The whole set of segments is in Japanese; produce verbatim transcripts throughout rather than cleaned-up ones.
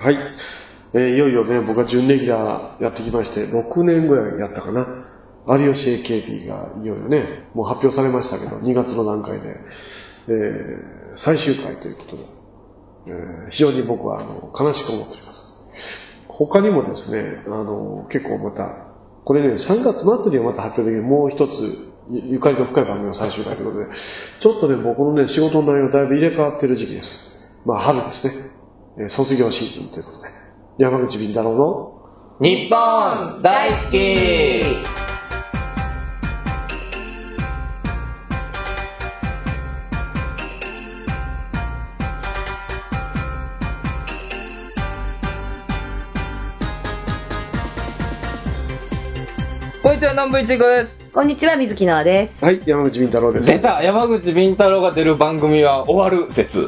はい、えー、いよいよね、僕は準レギュラーやってきまして、ろくねんぐらいやったかな。有吉 エーケービー がいよいよね、もう発表されましたけど、にがつの段階で、えー、最終回ということで、えー、非常に僕はあの悲しく思っております。他にもですね、あの結構また、これね、さんがつ末にはまた発表できるもう一つ、ゆかりの深い番組の最終回ということで、ちょっとね、僕のね、仕事の内容だいぶ入れ替わってる時期です。まあ、春ですね。えー、卒業シーズンということで。山口敏太郎の日本大好き。こんにちは、南部一子です。 こんにちは、水木奈々です。 はい、山口敏太郎です。 出た、山口敏太郎が出る番組は終わる説。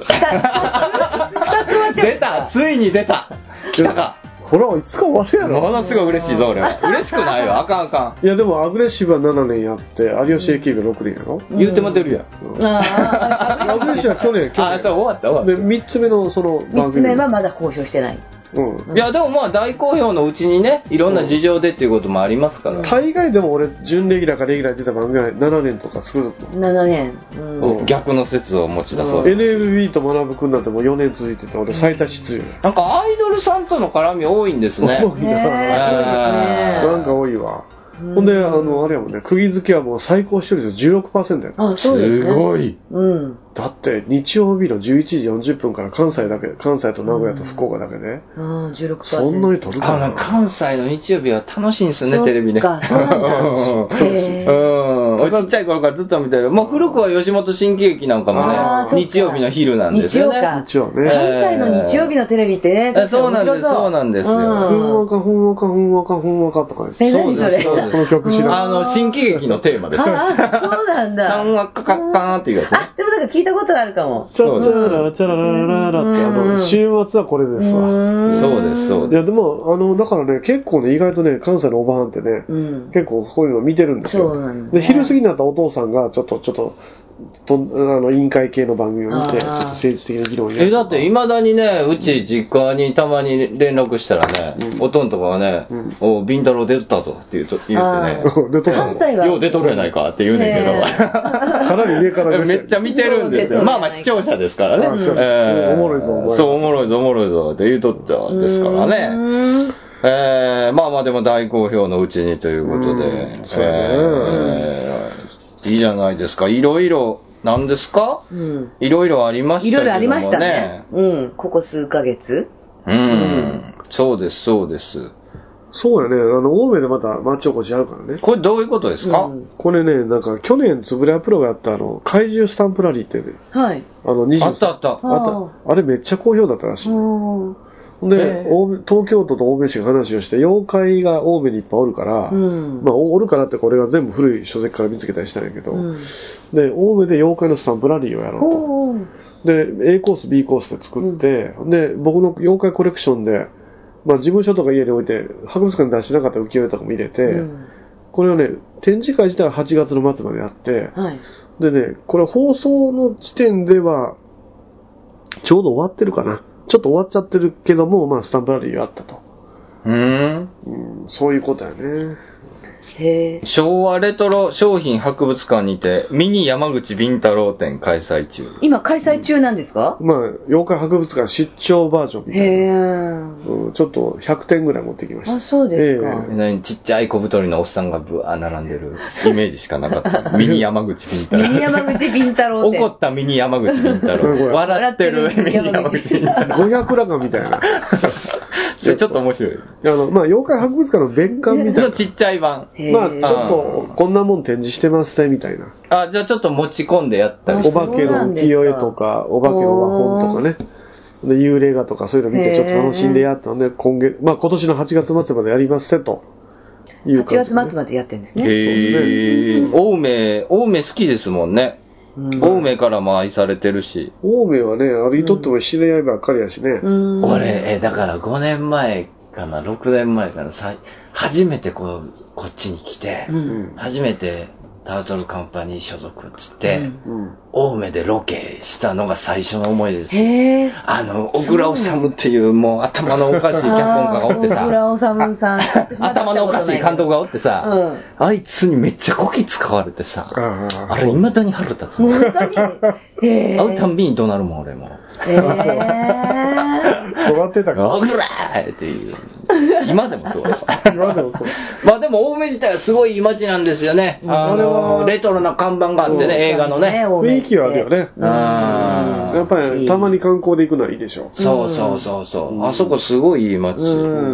出た、ついに出た。来たか。 ほら、いつか終わるやろ。 ものすごい嬉しいぞ、俺は。嬉しくないよ、あかんあかん。いや、でもアグレッシブはななねんやって、有吉 エーケービー がろくねんやろ、 うん、言うても出るやん。うん、 アグレッシブは去年、去年。 あ、そう、終わった終わった。 で、みっつめのその番組。みっつめはまだ公表してない。 うん、いやでもまあ大好評のうちにね、いろんな事情でっていうこともありますから、うん、 大概でも俺準レギュラーかレギュラー出た番組はななねんとか続くななねん、 うん、逆の説を持ち出そう、 うん、エヌエルビー と学ぶくんなんてもうよねん続いてて俺最多出場、 なんかアイドルさんとの絡み多いんですね。 多いな、ね、なんか多いわ。ほんで、あの、あれやもんね、釘付けはもう最高視聴率 じゅうろくパーセント やった。 あ、そうですね。 すごい。 うん。 だって、日曜日のじゅういちじよんじゅっぷんから関西だけ、関西と名古屋と福岡だけで、 うん、じゅうろくパーセント。 そんなに取るかな。 あ、関西の日曜日は楽しいんですよね、テレビね。 そっか、そうなんだ。 うん。俺ちっちゃい頃からずっと見てる。もう古くは吉本新喜劇なんかもね、日曜日の昼なんですよね。 日曜ね。 関西の日曜日のテレビってね、 そうなんです、そうなんですよ。 ふんわか、ふんわか、ふんわか、ふんわかとかです。 そうです、 この曲知らん。 あの、新喜劇のテーマです。 あ、そうなんだ。 カンワッカカッカーンっていうやつ。 あ、でもなんか聞いたことがあるかも。 チャチャラチャララララって、あの、週末はこれですわ。 そうです、そうです。 いや、でも、あの、だからね、結構ね、意外とね、関西のおばはんってね、結構こういうの見てるんですよ。 そうなんだ。 で、昼過ぎになったお父さんが、ちょっと、ちょっと、とあの委員会系の番組を見て、ちょっと政治的な議論をやる。え、だっていまだにね、うち実家にたまに連絡したらね、うん、おとんとかはね、うん、お、ビンタロウ出たぞって言うと言ってね、 関西はよう出とるやないかって言うねんけど、 かなり上からめっちゃ見てるんですよ。まあまあ視聴者ですからね。 えー、おもろいぞ、おそう、おもろいぞ、おもろいぞって言うとったんですからね。えー、まあまあでも大好評のうちにということで、そうね。いいじゃないですか。いろいろ、なんですか、うん、いろいろありましたけどもね。いろいろありましたね。 うん。ここ数ヶ月。 うん。うん、そうです、そうです。 そうやね。あの、青梅でまた町おこしあるからね。 これどういうことですか、うん、 これね、なんか去年つぶれアプロがやったあの、怪獣スタンプラリーってね。 はい。 あの、にじゅうあったあった。 あった。あれめっちゃ好評だったらしい。で、東京都と青梅市が話をして、妖怪が青梅にいっぱいおるから、うん、まあ、おるからってこれが全部古い書籍から見つけたりしたんやけど、うん、で、青梅で妖怪のスタンプラリーをやろうと。で、A コース、B コースで作って、うん、で、僕の妖怪コレクションで、まあ、事務所とか家に置いて、博物館に出してなかった浮世絵とかも入れて、うん、これをね、展示会自体ははちがつの末までやって、はい、でね、これ放送の時点では、ちょうど終わってるかな。ちょっと終わっちゃってるけども、まあ、スタンプラリーがあったと。 うーん。 うん、そういうことやね。 へー。 昭和レトロ商品博物館にて、ミニ山口敏太郎展開催中。 今開催中なんですか？ うん、まあ、妖怪博物館出張バージョンみたいな。 へー、うん。ちょっとひゃくてんぐらい持ってきました。 あ、そうですか。 えー、ちっちゃい小太りのおっさんがぶわー並んでるイメージしかなかった。ミニ山口敏太郎。 ミニ山口敏太郎展。 怒ったミニ山口敏太郎。笑ってるミニ山口敏太郎。 ごひゃくラガンみたいな。 ちょっと面白い。 あの、まあ、妖怪博物館の別館みたいな。 のちっちゃい版。 まあ、ちょっと、こんなもん展示してますね、みたいな。 あ、じゃあちょっと持ち込んでやったりして。 お化けの浮世絵とか、お化けの和本とかね。で、幽霊画とかそういうの見てちょっと楽しんでやったんで、今月、まあ今年のはちがつ末までやりますせと。 はちがつ末までやってるんですね。 へー。青梅、青梅好きですもんね。青梅からも愛されてるし。 青梅はね、歩いとっても知り合いばっかりやしね。 俺、え、だからごねんまえかな、ろくねんまえかな、さ初めてこう、こっちに来て、うん、初めてタートルカンパニー所属っつって、 うん、 青梅でロケしたのが最初の思い出です。 へー。 あの、小倉治っていうもう頭のおかしい脚本家がおってさ、 小倉治さん頭のおかしい監督がおってさ、うん、あいつにめっちゃこき使われてさ、あ, あれ未だに腹立つもん。 本当にへー。 会うたんびに怒鳴るもん俺も。 へー。 尖ってたか。 おぐらーっていう。今でもそう。 今でもそう。 まあでも青梅自体はすごいいい街なんですよね。あのレトロな看板があってね、映画のね。 雰囲気はあるよね。やっぱりたまに観光で行くのはいいでしょ。 そうそうそうそう。あそこすごいいい街。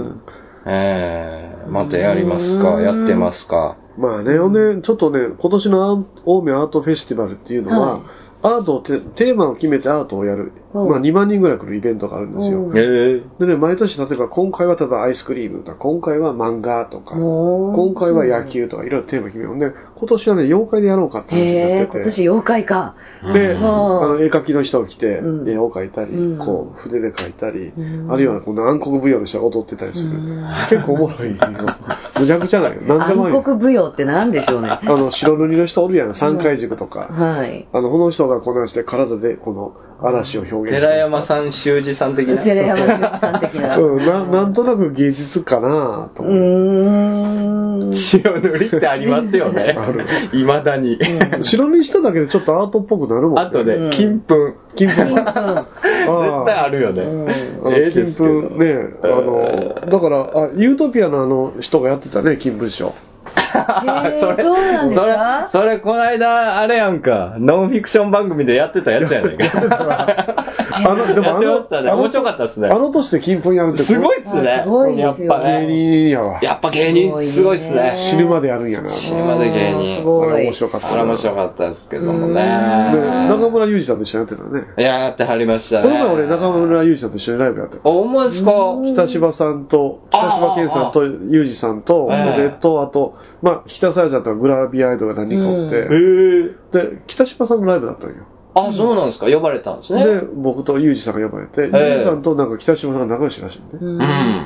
えー、またやりますか、やってますか。 まあね、ほんでちょっとね、今年の青梅アートフェスティバルっていうのは、アートをテーマを決めてアートをやる、まあにまんにんぐらい来るイベントがあるんですよ。でね、毎年例えば今回はただアイスクリームとか、今回は漫画とか、今回は野球とかいろいろテーマ決めるんで、今年はね、妖怪でやろうかって話になってて。 今年妖怪か。 で、あの、絵描きの人が来て、絵を描いたり、こう、筆で描いたり、あるいはこの暗黒舞踊の人が踊ってたりする。結構おもろいよ。むちゃくちゃないよ。 何でもある。暗黒舞踊って何でしょうね。 あの、白塗りの人おるやん、三回軸とか。はい。あの、この人がこなして体でこの嵐を表現して。 寺山さん、修二さん的な。 寺山修二さん的な。 うん、な、なんとなく芸術かなと思う。 うーん。白塗りってありますよね。ある。未だに。 白塗りしただけでちょっとアートっぽくなるもんね。 あとね、金粉。 金粉。絶対あるよね。 金粉ね、あの、だから、ユートピアのあの人がやってたね、金粉賞。 それ、そうなんですか？ それ、それこの間、あれやんか、ノンフィクション番組でやってたやつやねんか。あの、でもあの、面白かったっすね。 あの年で金粉やるってすごいっすね。 すごいですよね。 芸人やわ。 やっぱ芸人すごいっすね。 死ぬまでやるんやな。 死ぬまで芸人。 すごい。 あれ面白かった。 あれ面白かったですけどもね。 中村祐二さんと一緒にやってたね。 いや、やってはりましたね。 この前俺中村祐二さんと一緒にライブやった。 おもしこ。 北柴さんと、北柴健さんと祐二さんと、でと、あと、まあ、北さやちゃんとグラビアアイドルが何人かおって、で、北柴さんのライブだったんよ。 あ、そうなんですか。呼ばれたんですね。 で、僕とユージさんが呼ばれて、ユージさんとなんか北島さんが仲良しらしいね。うん。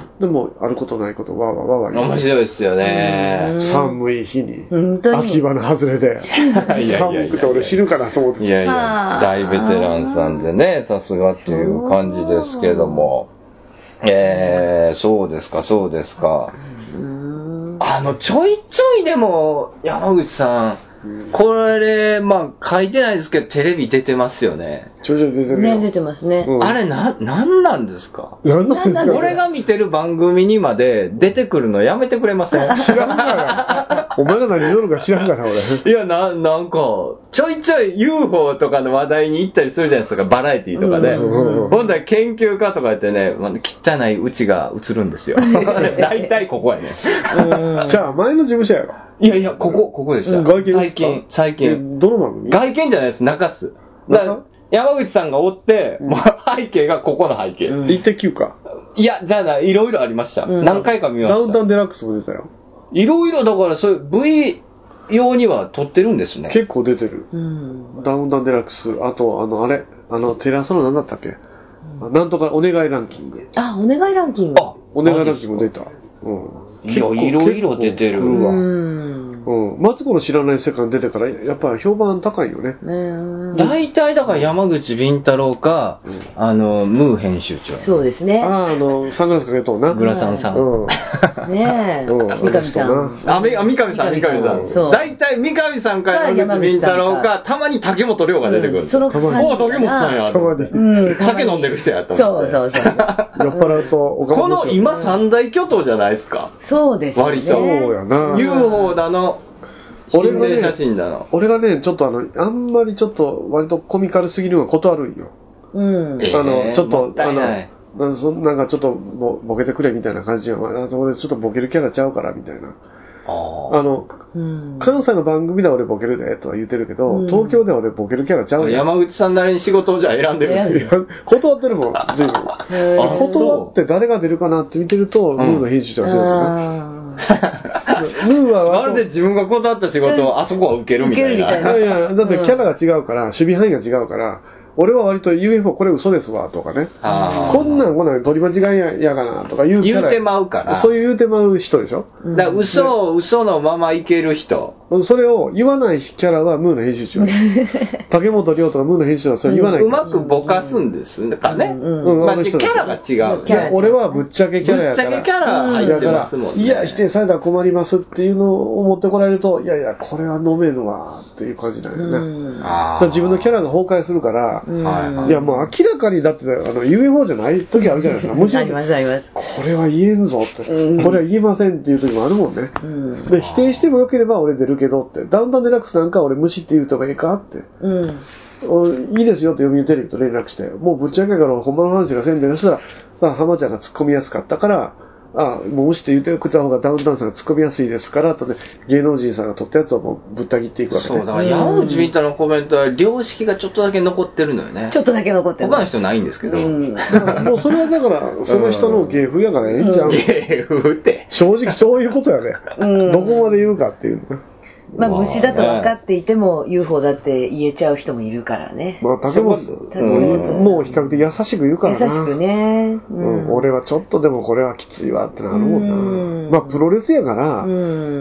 でも、あることないこと、わーわーわーわー言う。 面白いですよね。 寒い日に、秋葉の外れで、寒くて俺死ぬかなと思って。 いやいや、大ベテランさんでね、さすがっていう感じですけども。えー、そうですか、そうですか。あの、ちょいちょいでも、山口さん、これ、まあ、書いてないですけど、テレビ出てますよね。 ちょいちょい出てるよ。 ね、出てますね。 うん、あれ、な、なんなんですか？ なんなんですか？ 俺が見てる番組にまで出てくるのやめてくれません？ 知らんから。お前が何言うのか知らんから、俺。 いや、な、なんか、ちょいちょい ユーフォー とかの話題に行ったりするじゃないですか、バラエティとかで。うん、ほんで、研究家とか言ってね、汚いうちが映るんですよ。大体ここやね。 じゃあ、前の事務所やろ。 いやいや、ここ、ここでした。 外見ですか？ 最近、最近。 どの番組？ 外見じゃないです、中っす。山口さんがおって、うん、背景がここの背景。 うん、イッテ Q か。 いや、じゃあな、いろいろありました。うん、何回か見ました。 ダウンタウンデラックスも出たよ。 いろいろだからそういう V 用には撮ってるんですね。 結構出てる。うん、ダウンタウンデラックス、あと、あの、あれ、あの、テレ朝の何だったっけ、うん、なんとかお願いランキング。 あ、お願いランキング。あ、 お願いランキングも出た。 うん。いや、いろいろ出てる。 うわ。うん。マツコの知らない世界に出てから、やっぱり評判高いよね。 大体だから山口敏太郎か、うん、あの、ムー編集長。 そうですね。 ああ、あの、サングラスかけとうな。 グラサンさん。うん。 ねえ。うん。三上さん。 あ、三上さん、三上さん。そう。大体三上さんか山口敏太郎か、たまに竹本涼が出てくる。そのおお、竹本さんや。 たまに。 うん。酒飲んでる人やと思って。 そうそうそう。 酔っ払うと、 この今三大巨頭じゃないですか。 そうですね。 割と。 そうやな。 ユーフォー だの。心霊写真だの。 俺がね、ちょっとあの、あんまりちょっと割とコミカルすぎるのが断るんよ。うん。あの、ちょっと、あの、そなんかちょっとボボケてくれみたいな感じが、あと俺ちょっとボケるキャラちゃうからみたいな。あの、うん、関西の番組では俺ボケるでとは言ってるけど、うん、東京では俺ボケるキャラちゃうで。 山口さんなりに仕事をじゃあ選んでるんですよ。 断ってるもん、随分。断って誰が出るかなって見てると、ムーの編集長が出るかな。ムーはまるで自分が断った仕事をあそこは受けるみたいな。 いやいや、だってキャラが違うから、守備範囲が違うから、俺は割と ユーエフオー これ嘘ですわとかね。こんなんこんなん取り間違いややがなとか言うキャラ。 言うてまうから。 そういう言うてまう人でしょ。 だから嘘を嘘のままいける人。 それを言わないキャラはムーの編集長竹本涼とかムーの編集長はそれ言わない、 うん、うまくぼかすんですかね、うんうん、まあ、キャラが違う、 ね、俺はぶっちゃけキャラやからぶっちゃけキャラ入ってますもんね。 いや否定されたら困りますっていうのを持ってこられると、いやいやこれは飲めるわっていう感じなんよね、うん、あそれ自分のキャラが崩壊するから、うん、いやもう明らかにだってあの言え方じゃない時あるじゃないですか。むしろこれは言えんぞって、うん、これは言えませんっていう時もあるもんね、うん、で否定してもよければ俺出るけどって、ダウンタウンデラックスなんか俺無視って言うとかいいかって、うん、いいですよって読売テレビと連絡して、もうぶっちゃけからほんまの話がせんでるしたらさあ浜ちゃんが突っ込みやすかったから、ああもう無視って言ってくれた方がダウンタウンさんが突っ込みやすいですからとね、芸能人さんが撮ったやつをもうぶった切っていくわけ、ね、 そうだから山内みたいなコメントは良識がちょっとだけ残ってるのよね。 ちょっとだけ残ってる。 他の人ないんですけど、うん、 もうそれはだからその人の芸風やからええんじゃん、 芸風って正直そういうことやね、うん、どこまで言うかっていうの。 まあ虫だと分かっていても ユーフォー だって言えちゃう人もいるからね。 まあ竹本もう比較的優しく言うからな。 優しくね、 うんうん、俺はちょっとでもこれはきついわってなるもんな、うん、まあプロレスやから、うん、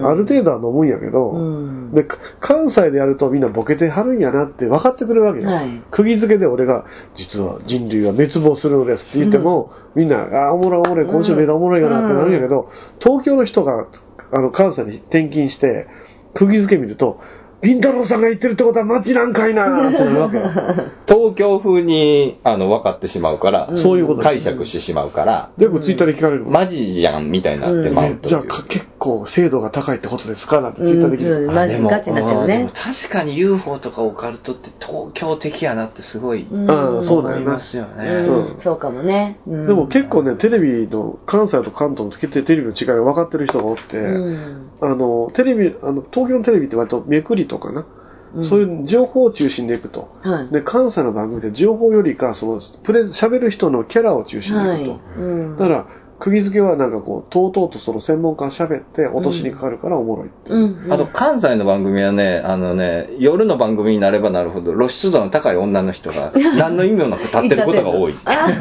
ある程度は飲むんやけど、うん、で関西でやるとみんなボケてはるんやなって分かってくれるわけよ、はい、釘付けで俺が実は人類は滅亡するのですって言っても、うん、みんなあおもろいおもろい今週メダおもろいかなってなるんやけど、東京の人があの関西に転勤して釘付け見ると、ビンタロウさんが言ってるってことはマジなんかいなーってなるわけよ。 東京風にあの分かってしまうから、 そういうこと解釈してしまうから、 でもツイッターで聞かれる、 マジやんみたいになってまうという、 じゃあ結構精度が高いってことですかなんてツイッターで聞いて、うんうん、 マジガチになっちゃうね。でも確かに ユーフォー とかオカルトって東京的やなってすごい、 うん、あそうだよね、 ますよね、 うん、そうかもね、 うん、でも結構ねテレビの関西と関東のテレビの違いが分かってる人が多くて、うん、あのテレビあの東京のテレビって割とめくりとかな、うん、そういう情報を中心でいくと、はい、で関西の番組で情報よりかそのプレ喋る人のキャラを中心でいくと、はいうん、だから釘付けはなんかこうとうとうとその専門家が喋って落としにかかるからおもろいって、 うんうん、あと関西の番組はねあのね夜の番組になればなるほど露出度の高い女の人が何の意味もなく立ってることが多い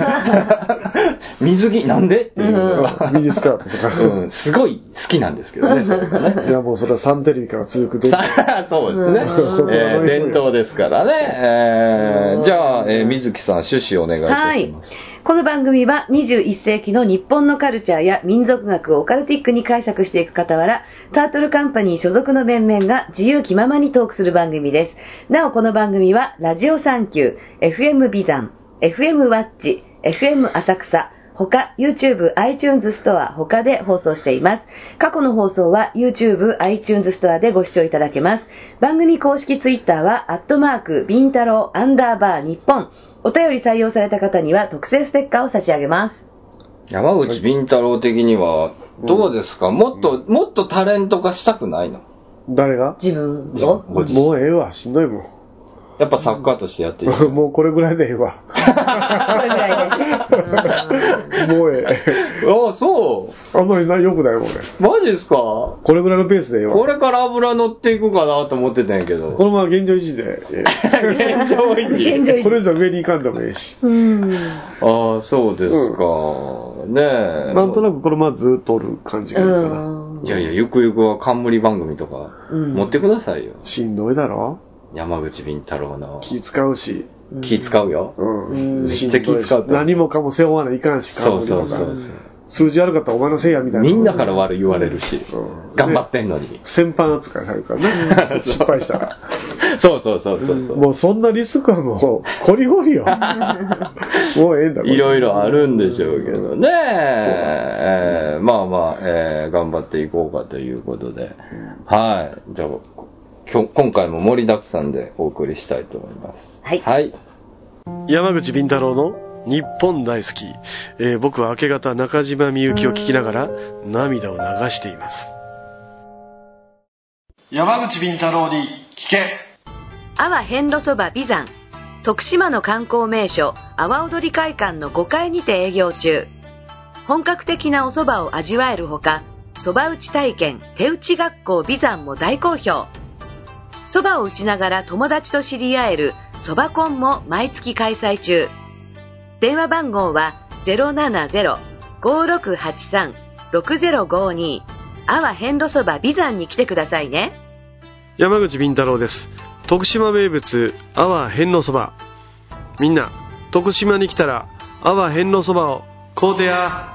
水着なんでっていうのが、 うん、ミニスカートとか、 うん、すごい好きなんですけどねそれがねいやもうそれはサンテレビから続く伝統そうですね、えー、伝統ですからね、えー、じゃあ、えー、水木さん趣旨お願いいたします。 はい、この番組はにじゅういっ世紀の日本のカルチャーや民族学をオカルティックに解釈していく傍ら、タートルカンパニー所属の面々が自由気ままにトークする番組です。なおこの番組はラジオサンキュー、エフエム ビザン、エフエム ワッチ、エフエム 浅草、他 YouTube、iTunes ストア他で放送しています。過去の放送は YouTube、iTunes ストアでご視聴いただけます。番組公式 Twitter はアットマークビンタロウアンダーバー日本。お便り採用された方には特製ステッカーを差し上げます。 山口敏太郎的にはどうですか、うん、もっともっとタレント化したくないの？ 誰が？ 自分をもうええわ、しんどいもん。 やっぱ作家としてやっていい、 うん、もうこれぐらいでええわ。これぐらいで。もうええ。 ああ、そう。 あんまりないよくないもんね。 マジですか？ これぐらいのペースでええわ。 これから油乗っていくかなと思ってたんやけど。 このまま現状維持で。ええ、現状維持。 現状維持。 これ以上上に行かんでもええし。 うん。 ああ、そうですか。うん、ねえ。 なんとなくこれままずっとおる感じがいいかな。 いやいや、ゆくゆくは冠番組とか持ってくださいよ。 うん、しんどいだろ？ 山口敏太郎の気使うし、 気使うよ、 うん、 めっちゃ気使う。 何もかも背負わないかんし、 そうそうそうそう、 数字悪かったらお前のせいやみたいな、 みんなから悪い言われるし、うん、頑張ってんのに先般扱いされるからね失敗したらそうそうそうそうそう、 もうそんなリスクはもうこりごりよもうええんだ、 いろいろあるんでしょうけどね、えー、まあまあ、えー、頑張っていこうかということで、はい、じゃあ今回も盛りだくさんでお送りしたいと思います。 はい。 はい、 山口敏太郎の日本大好き、えー、僕は明け方中島みゆきを聞きながら涙を流しています。山口敏太郎に聞け。 阿波遍路そば美山、徳島の観光名所阿波踊り会館のごかいにて営業中。本格的なお蕎麦を味わえるほか、蕎麦打ち体験手打ち学校美山も大好評。蕎麦を打ちながら友達と知り合える蕎麦コンも毎月開催中。電話番号は ゼロななゼロ ごろくはちさん ろくゼロごに。阿波遍路そば美山に来てくださいね。 山口敏太郎です。徳島名物阿波遍路そば。みんな徳島に来たら阿波遍路そばを買うてや。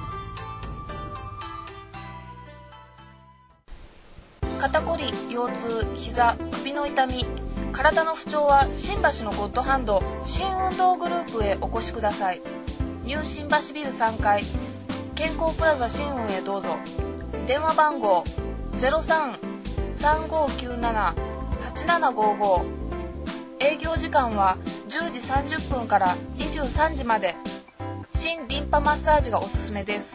肩こり、腰痛、膝、首の痛み、体の不調は新橋のゴッドハンド新運動グループへお越しください。ニュー新橋ビルさんがい健康プラザ新運へどうぞ。電話番号 ゼロさん さんごきゅうなな はちななごご。営業時間はじゅうじさんじゅっぷんからにじゅうさんじまで。新リンパマッサージがおすすめです。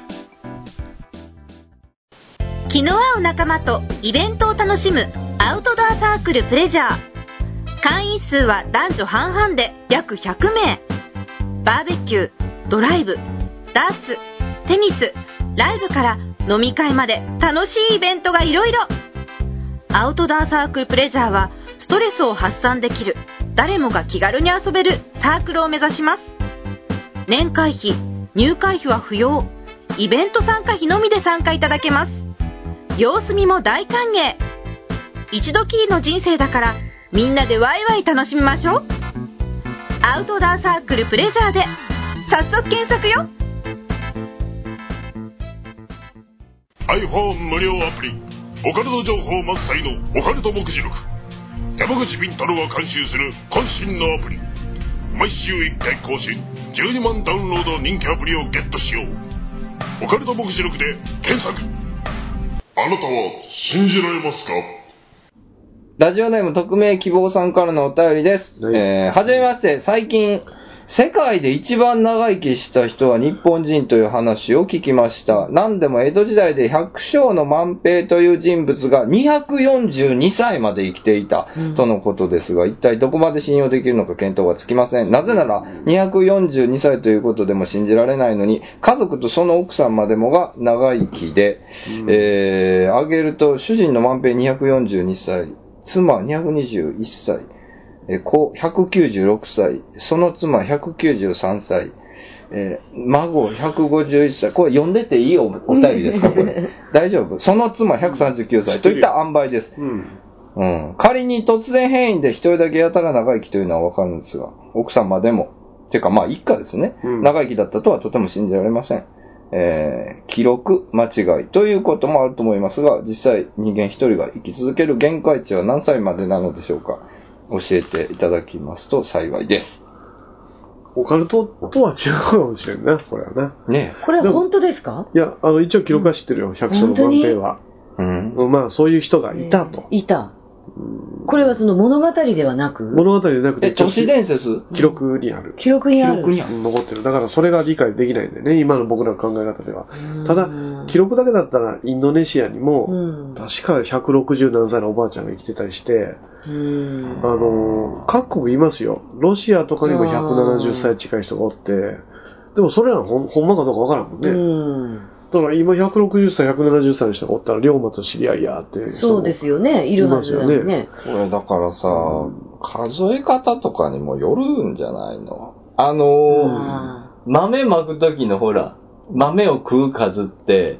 気の合う仲間とイベントを楽しむアウトドアサークルプレジャー。会員数は男女半々で約ひゃくめい。バーベキュー、ドライブ、ダーツ、テニス、ライブから飲み会まで楽しいイベントがいろいろ。アウトドアサークルプレジャーはストレスを発散できる、誰もが気軽に遊べるサークルを目指します。年会費、入会費は不要。イベント参加費のみで参加いただけます。様子見も大歓迎。一度きりの人生だからみんなでワイワイ楽しみましょう。アウトドアサークルプレジャーで早速検索よ。 iPhone 無料アプリオカルト情報満載のオカルト目次録。山口敏太郎が監修する渾身のアプリ。毎週いっかい更新、じゅうにまんダウンロードの人気アプリをゲットしよう。オカルト目次録で検索。あなたは信じられますか？ ラジオネーム匿名希望さんからのお便りです。はい、えー、はじめまして。最近世界で一番長生きした人は日本人という話を聞きました。何でも江戸時代で百姓の万平という人物がにひゃくよんじゅうにさいまで生きていたとのことですが、一体どこまで信用できるのか見当がつきません。なぜならにひゃくよんじゅうにさいということでも信じられないのに、家族とその奥さんまでもが長生きで、うん、えー、挙げると主人の万平にひゃくよんじゅうにさい、妻にひゃくにじゅういっさい、えー、子ひゃくきゅうじゅうろくさい、その妻ひゃくきゅうじゅうさんさい、えー、孫ひゃくごじゅういっさい。これ読んでていいお、お便りですかこれ。大丈夫？その妻ひゃくさんじゅうきゅうさいといった塩梅です。うんうん、仮に突然変異で一人だけやたら長生きというのはわかるんですが、奥様でも、ていうかまあ一家ですね、うん、長生きだったとはとても信じられません。えー、記録間違いということもあると思いますが、実際人間一人が生き続ける限界値は何歳までなのでしょうか。教えていただきますと幸いです。 オカルトとは違うかもしれんな、これはな。 ねえ。これは本当ですか？ いや、あの、一応記録は知ってるよ、百姓の万平は。うん。まあ、そういう人がいたと。 いた。これはその物語ではなく物語でなくて、 都市伝説記録にある。 記録にある。 記録にある。残ってる。だからそれが理解できないんだよね、今の僕らの考え方では。ただ、記録だけだったら、インドネシアにも、確かひゃくろくじゅうなんさいのおばあちゃんが生きてたりして、あの、各国いますよ。ロシアとかにもひゃくななじゅっさい近い人がおって、でもそれはほん、ほんまかどうかわからんもんね。うんだから今ひゃくろくじゅっさい、ひゃくななじゅっさいの人がおったら、龍馬と知り合いやって。 そうですよね。いるはずだよね。ねこれだからさ、うん、数え方とかにもよるんじゃないの？あのー、豆まくときのほら、豆を食う数って、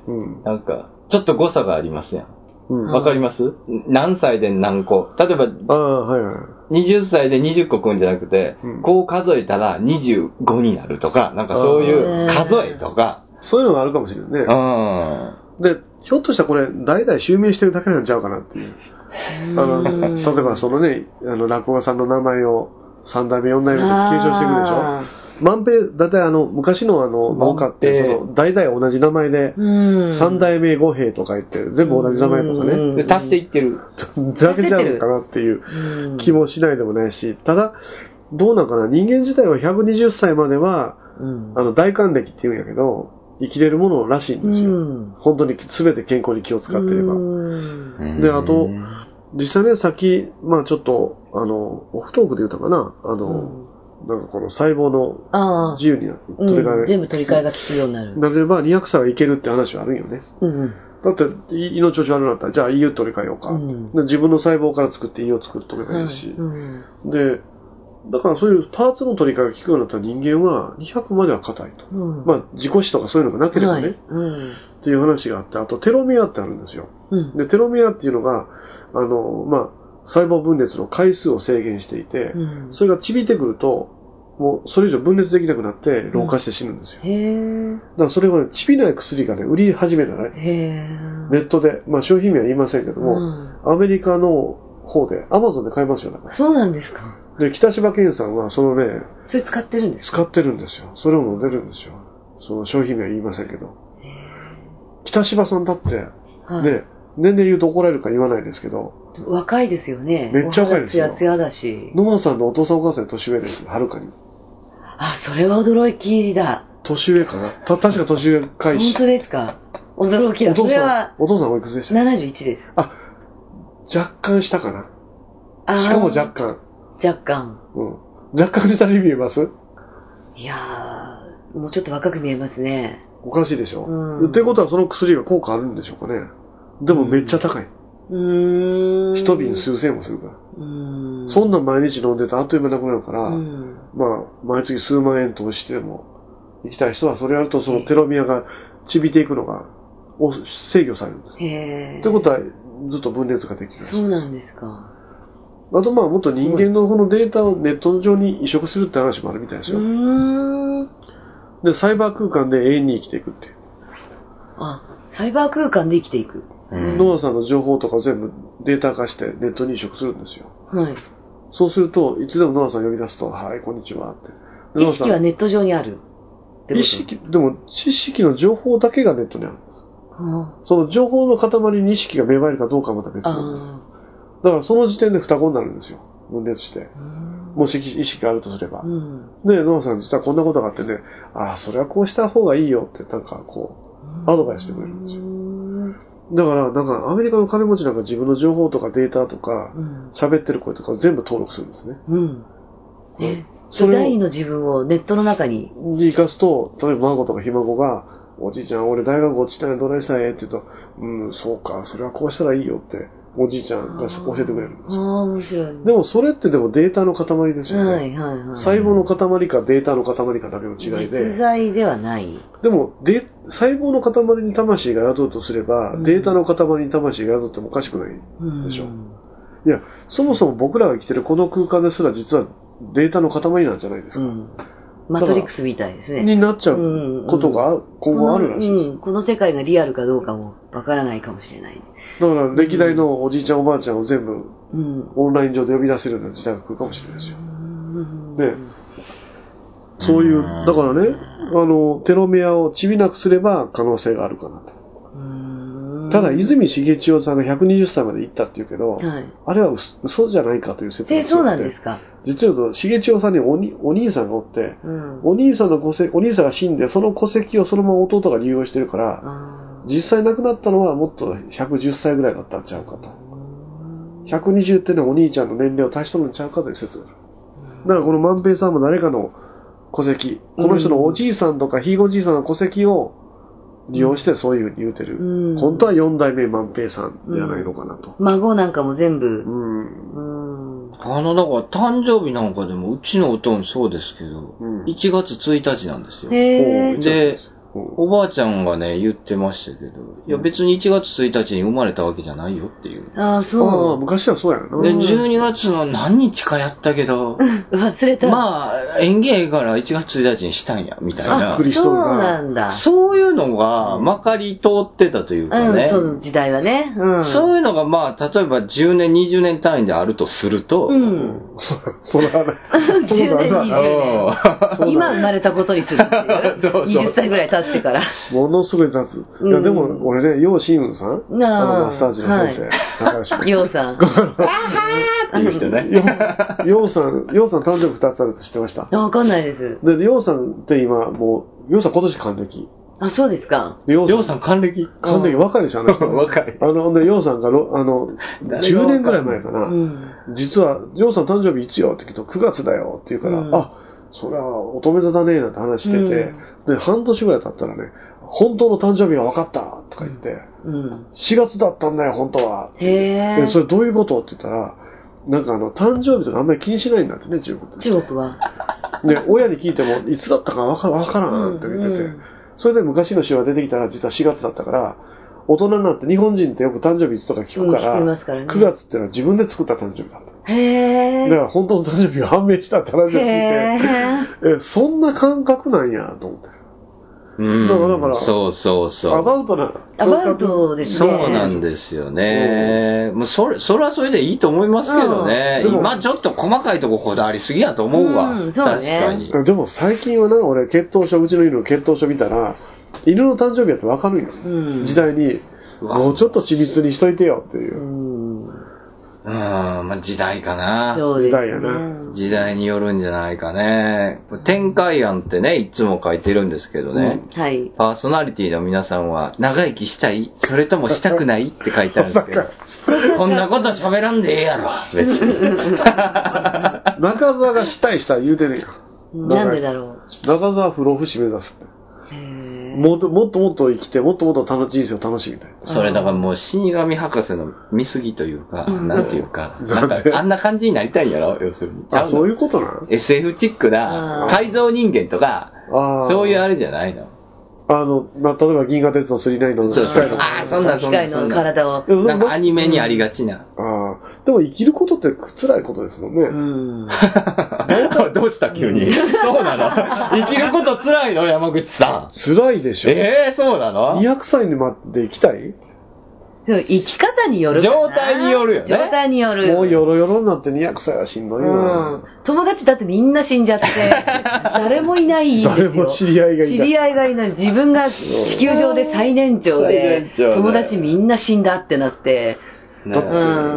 うん、なんか、ちょっと誤差がありますやん。わ、うん、かります？何歳で何個。例えば、あはいはい、にじゅっさいでにじゅっこ食うんじゃなくて、うん、こう数えたらにじゅうごになるとか、なんかそういう数えとか、 そういうのがあるかもしれないね。うん。で、ひょっとしたらこれ、代々襲名してるだけなんちゃうかなっていう。あの、例えばそのね、あの、落語家さんの名前をさん代目、よん代目って継承していくでしょ。万平、だいたいあの、昔のあの、農家って、その、代々同じ名前で、さん代目五平とか言って、全部同じ名前とかね。 で、足していってる。 だけちゃうのかなっていう気もしないでもないし、ただ、どうなんかな、人間自体はひゃくにじゅっさいまでは、あの、大還暦って言うんやけど、生きれるものらしいんですよ。うん、本当に全て健康に気を使ってれば。で、あと、実際ね、さっき、まあちょっと、あの、オフトークで言ったかな、あの、うん、なんかこの細胞の自由に取り替え、 うん、全部取り替えが効くようになる。 なればにひゃくさいはいけるって話はあるんよね。うん、だって、胃の調子悪くなったら、じゃあ胃を取り替えようか。うん、で自分の細胞から作って胃を作っとけばいいし。はいうん、で、だからそういうパーツの取り替えが効くようになったら人間はにひゃくまでは硬いと。うん、まあ自己死とかそういうのがなければね。はいうん、っていう話があって、あとテロミアってあるんですよ。うん、で、テロミアっていうのが、あの、まあ、 細胞分裂の回数を制限していて、うん、それがちびってくると、もうそれ以上分裂できなくなって老化して死ぬんですよ。うん、へだからそれはね、ちびない薬がね、売り始めたね。へネットで、まあ商品名は言いませんけども、うん、アメリカの方で、アマゾンで買えますよ、だから。 そうなんですか。 で、北柴健さんはそのね、 それ使ってるんですか？ 使ってるんですよ。それを飲んでるんですよ。その商品名は言いませんけど。北柴さんだって、はい、ね、年齢言うと怒られるか言わないですけど、 若いですよね。 めっちゃ若いですよ。 ツヤツヤだし。 野間さんのお父さんお母さん年上です。はるかに。 あ、それは驚きだ。 年上かな。た、確か年上かいし。 本当ですか。驚きだ。 お父さん、 それはお父さんおいくつでした？ ななじゅういちです。 あ、若干下かな。しかも若干。 若干。 うん。若干下に見えます？ いやー、もうちょっと若く見えますね。 おかしいでしょ。うん。ってことはその薬が効果あるんでしょうかね。でもめっちゃ高い。うーん。一瓶数千もするから。うーん。そんな毎日飲んでたらあっという間なくなるから、うん、まあ、毎月数万円投資しても、行きたい人はそれやるとそのテロミアがちびていくのが制御されるんです。へー。ということはずっと分裂ができる。 そうなんですか。 あとまあもっと人間のこのデータをネット上に移植するって話もあるみたいですよ。うーん。で、サイバー空間で永遠に生きていくっていう。 あ、サイバー空間で生きていく。 ノアさんの情報とか全部データ化してネットに移植するんですよ。はい。そうすると、いつでもノアさん呼び出すと、はい、こんにちはって。 意識はネット上にあるってこと？ 意識、でも知識の情報だけがネットにあるんです。はあ、その情報の塊に意識が芽生えるかどうかはまた別なんです。だからその時点で双子になるんですよ。分裂して。もし意識があるとすれば。うん、で、ノアさん実はこんなことがあってね、ああ、それはこうした方がいいよって、なんかこう、アドバイスしてくれるんですよ。だから、なんかアメリカの金持ちなんか自分の情報とかデータとか、喋、うん、ってる声とか全部登録するんですね。うん。 え、それ第二の自分をネットの中にに生かすと、例えば孫とかひ孫が、おじいちゃん、俺大学落ちたんや、どないしたんやって言うと、うん、そうか、それはこうしたらいいよって、おじいちゃんが教えてくれるんですよ。ああ、面白い。でもそれってでもデータの塊ですよね。はいはいはい。細胞の塊かデータの塊かだけの違いで。 実在ではない。 でも、で、細胞の塊に魂が宿るとすれば、うん、データの塊に魂が宿ってもおかしくないでしょ。うん、いや、そもそも僕らが生きてるこの空間ですら実はデータの塊なんじゃないですか。うん、 マトリックスみたいですね。 になっちゃうことが今後あるらしいです、 うんうん。この世界がリアルかどうかもわからないかもしれない。 だから歴代のおじいちゃんおばあちゃんを全部オンライン上で呼び出せるような時代が来るかもしれないですよ。ね、そういう、だからね、あの、テロメアをちびなくすれば可能性があるかなと。ただ、泉重千代さんがひゃくにじゅっさいまで行ったって言うけど、はい、あれは嘘じゃないかという説があって。そうなんですか。 実は言うと、重千代さんに お, にお兄さんがおって、うん、お兄さんの戸籍、お兄さんが死んで、その戸籍をそのまま弟が利用してるから、実際亡くなったのはもっとひゃくじゅっさいぐらいだったんちゃうかと。ひゃくにじゅうってのはお兄ちゃんの年齢を足しとるんちゃうかという説がある。だからこの万平さんも誰かの戸籍、この人のおじいさんとかひいおじいさんの戸籍を利用してそういうふうに言うてる。うん、本当はよん代目万平さんじゃないのかなと。 うん、孫なんかも全部。うんうん、あの、だから誕生日なんかでもうちのおとんそうですけど、うん、いちがつついたちなんですよ。へーで、おばあちゃんがね、言ってましたけど、いや別にいちがつついたちに生まれたわけじゃないよっていう。 ああ、そう。 ああ、昔はそうやな。 で、じゅうにがつの何日かやったけど、 忘れた。 まあ、縁起ええからいちがつついたちにしたんや、みたいな。 あ、そうなんだ。 そういうのがまかり通ってたというかね。 うん、その時代はね。 うん、そういうのがまあ、例えばじゅうねん、にじゅうねん単位であるとすると、うん。 それはね。 じゅうねん、にじゅうねん。今生まれたことにするっていう。そうそうにじゅっさいぐらい経ってから。 ものすごい経つ。うん、いや、でも、俺ね、楊新雲さん、あの、マッサージの先生、仲良し。 楊さん。 っていう人ね。 楊さん、楊さん誕生日ふたつあるって知ってました？ わかんないです。 で、楊さんって今、もう、楊さん今年還暦。 あ、そうですか。 楊さん還暦還暦、若いでしょ、あの人。 若い。 あの、で、楊さんが、あの、じゅうねんぐらい前かな。うん、実は、楊さん誕生日いつよって聞くと、くがつだよって言うから、うん、あ、そりゃ、乙女座だね、なんて話してて、うん、で、半年ぐらい経ったらね、本当の誕生日が分かったとか言って、うん、しがつだったんだよ、本当は。へー。それどういうことって言ったら、なんかあの、誕生日とかあんまり気にしないんだってね、中国って。 中国は。 で、親に聞いても、いつだったか分からんって言ってて、うんうん、それで昔の詩は出てきたら実はしがつだったから、 大人になって日本人ってよく誕生日いつとか聞くから、 うん、聞きますからね、 くがつっていうのは自分で作った誕生日だった。 へー。 だから本当の誕生日が判明したって話を聞いて、え、そんな感覚なんやと思って。 うん、だからだからそうそうそう。 アバウトな。 アバウトですね。 そうなんですよね。もうそれ、それはそれでいいと思いますけどね。うん、今ちょっと細かいとここだわりすぎやと思うわ。うん、そうね、確かに。 でも最近はな、俺血統書、うちの犬の血統書見たら、犬の誕生日やって分かるよ。うん、時代に、もうちょっと緻密にしといてよっていう。うんうん、まあ時代かな。 時代やな。 時代によるんじゃないかね。展開案ってね、いつも書いてるんですけどね。うん、はい。パーソナリティの皆さんは、長生きしたい？それともしたくない？って書いてあるんですけど。こんなこと喋らんでええやろ、別に。 中澤がしたいしたい言うてるやん。なんでだろう。中澤不老不死目指すって。もっともっともっと生きて、もっともっと楽人生を楽しみたい。 それだからもう死神博士の見過ぎというか、うん、なんていうか、なんかあんな感じになりたいんやろ、要するに。 あ、そういうことなの？ エスエフ チックな改造人間とか、そういうあれじゃないの。 あの、まあ、例えば銀河鉄道スリーナインのそうそうそう。ああ、そんなそんな。 機械の体を。 なんかアニメにありがちな。 うん、ああ。でも生きることって辛いことですもんね。うん。 どうした急に。そうなの？生きること辛いの山口さん。 辛いでしょ。 ええー、そうなの？ にひゃくさいにまで生きたい？ 生き方によるかな。 状態によるよね。 状態による。 もうヨロヨロになってにひゃくさいはしんどいよ。うん。 友達だってみんな死んじゃって、誰もいないんですよ。 誰も知り合いがいない。 知り合いがいない。自分が地球上で最年長で、友達みんな死んだってなって。 ね、うん、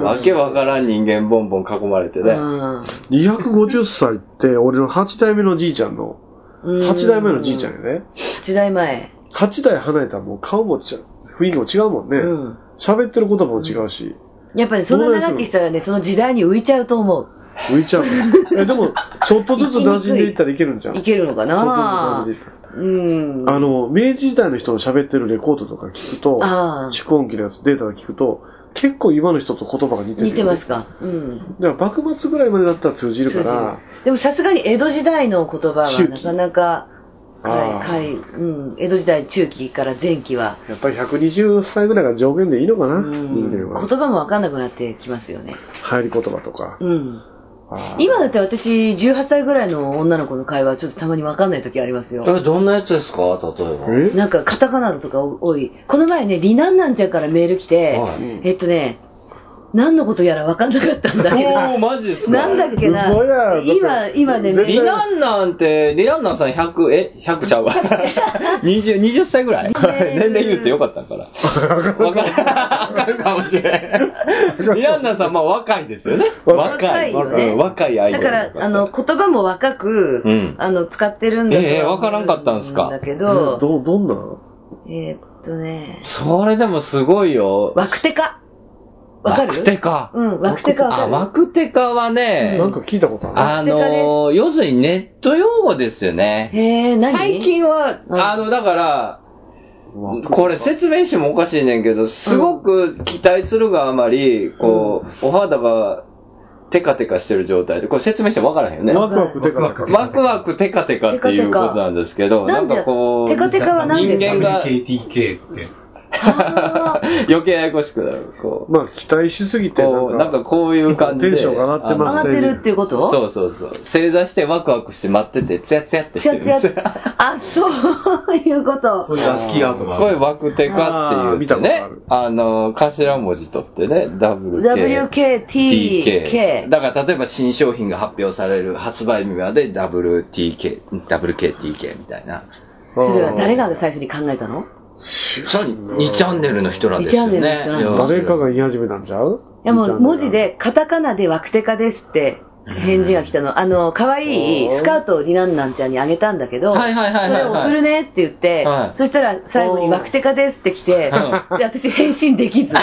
わけわからん人間ボンボン囲まれてね。うん、 にひゃくごじゅっさいって俺のはちだいめのじいちゃんの、はちだいめのじいちゃんやね。はちだいまえ。 はちだい離れたらもう顔もち雰囲気も違うもんね。喋、うん、ってる言葉も違うし。 やっぱりそんな長生きしたらね、その時代に浮いちゃうと思う。 浮いちゃう。え、でも、ちょっとずつ馴染んでいったらいけるんじゃん。 いけるのかな。ちょっとずつ馴染んでいったら。うん。 あの、明治時代の人の喋ってるレコードとか聞くと、蓄音機のやつ、データが聞くと、結構今の人と言葉が似てる。 似てますか。うん。 だから幕末ぐらいまでだったら通じるから。 でもさすがに江戸時代の言葉はなかなか、はい、うん、江戸時代中期から前期は。 やっぱりひゃくにじゅっさいぐらいが上限でいいのかな、人間は。 言葉もわかんなくなってきますよね。 流行り言葉とか。うん。 今だって私じゅうはっさいぐらいの女の子の会話ちょっとたまにわかんない時ありますよ。 え、どんなやつですか例えば。なんかカタカナとか多い。この前ね、リナンナンちゃんからメール来て、はい、えっとね、何のことやら分かんなかったんだけど。おー、マジですか？ なんだっけな。今、今ね、 リナンナンって、リナンナンさんひゃく、え、ひゃくちゃうわ。にじゅう、にじゅっさいぐらい年齢言ってよかったんかな。わかるかもしれん。リナンナンさん、まあ若いですよね。 若いよね。 若いアイドル。 だから、あの、言葉も若く、うん、あの、使ってるんだけど。 ええー、わからんかったんですか。 だけど、 ど、どんなえー、っとね。 それでもすごいよ。 ワクテカ。わかる？ ワクテカ。 うん、ワクテカわかる。 あ、ワクテカはね、 なんか聞いたことある。 あの、要するにネット用語ですよね。 へー、何？ 最近は、あの、だから、これ説明してもおかしいねんけど、すごく期待するがあまり、こう、お肌がテカテカしてる状態で、これ説明してもわからへんよね。 ワクワクテカテカ。 ワクワクテカテカっていうことなんですけど、なんかこう、 テカテカは何ですか？ 人間がケーティーケー って。 余計ややこしくなる。こうまあ期待しすぎてなんか、なんかこういう感じで。 テンションが上がってますね。上がってるっていうこと？ そうそうそう。正座してワクワクして待ってて、ツヤツヤってしてるんですよ。 あ、そういうこと。 そういうアスキーアートがある。 これワクテカって言ってね、あの、頭文字取ってね、ダブリューケーティーケー。だから例えば新商品が発表される発売日まで ダブリューティーケー、ダブリューケーティーケー みたいな。 それは誰が最初に考えたの？ そう、にチャンネルの人らですよね。 誰かが言い始めたんちゃう？ いやもう文字で、カタカナでワクテカですって返事が来たの。あの、可愛いスカートをリナンナンちゃんにあげたんだけど、それを送るねって言って、そしたら最後にワクテカですって来て、で、私返信できず。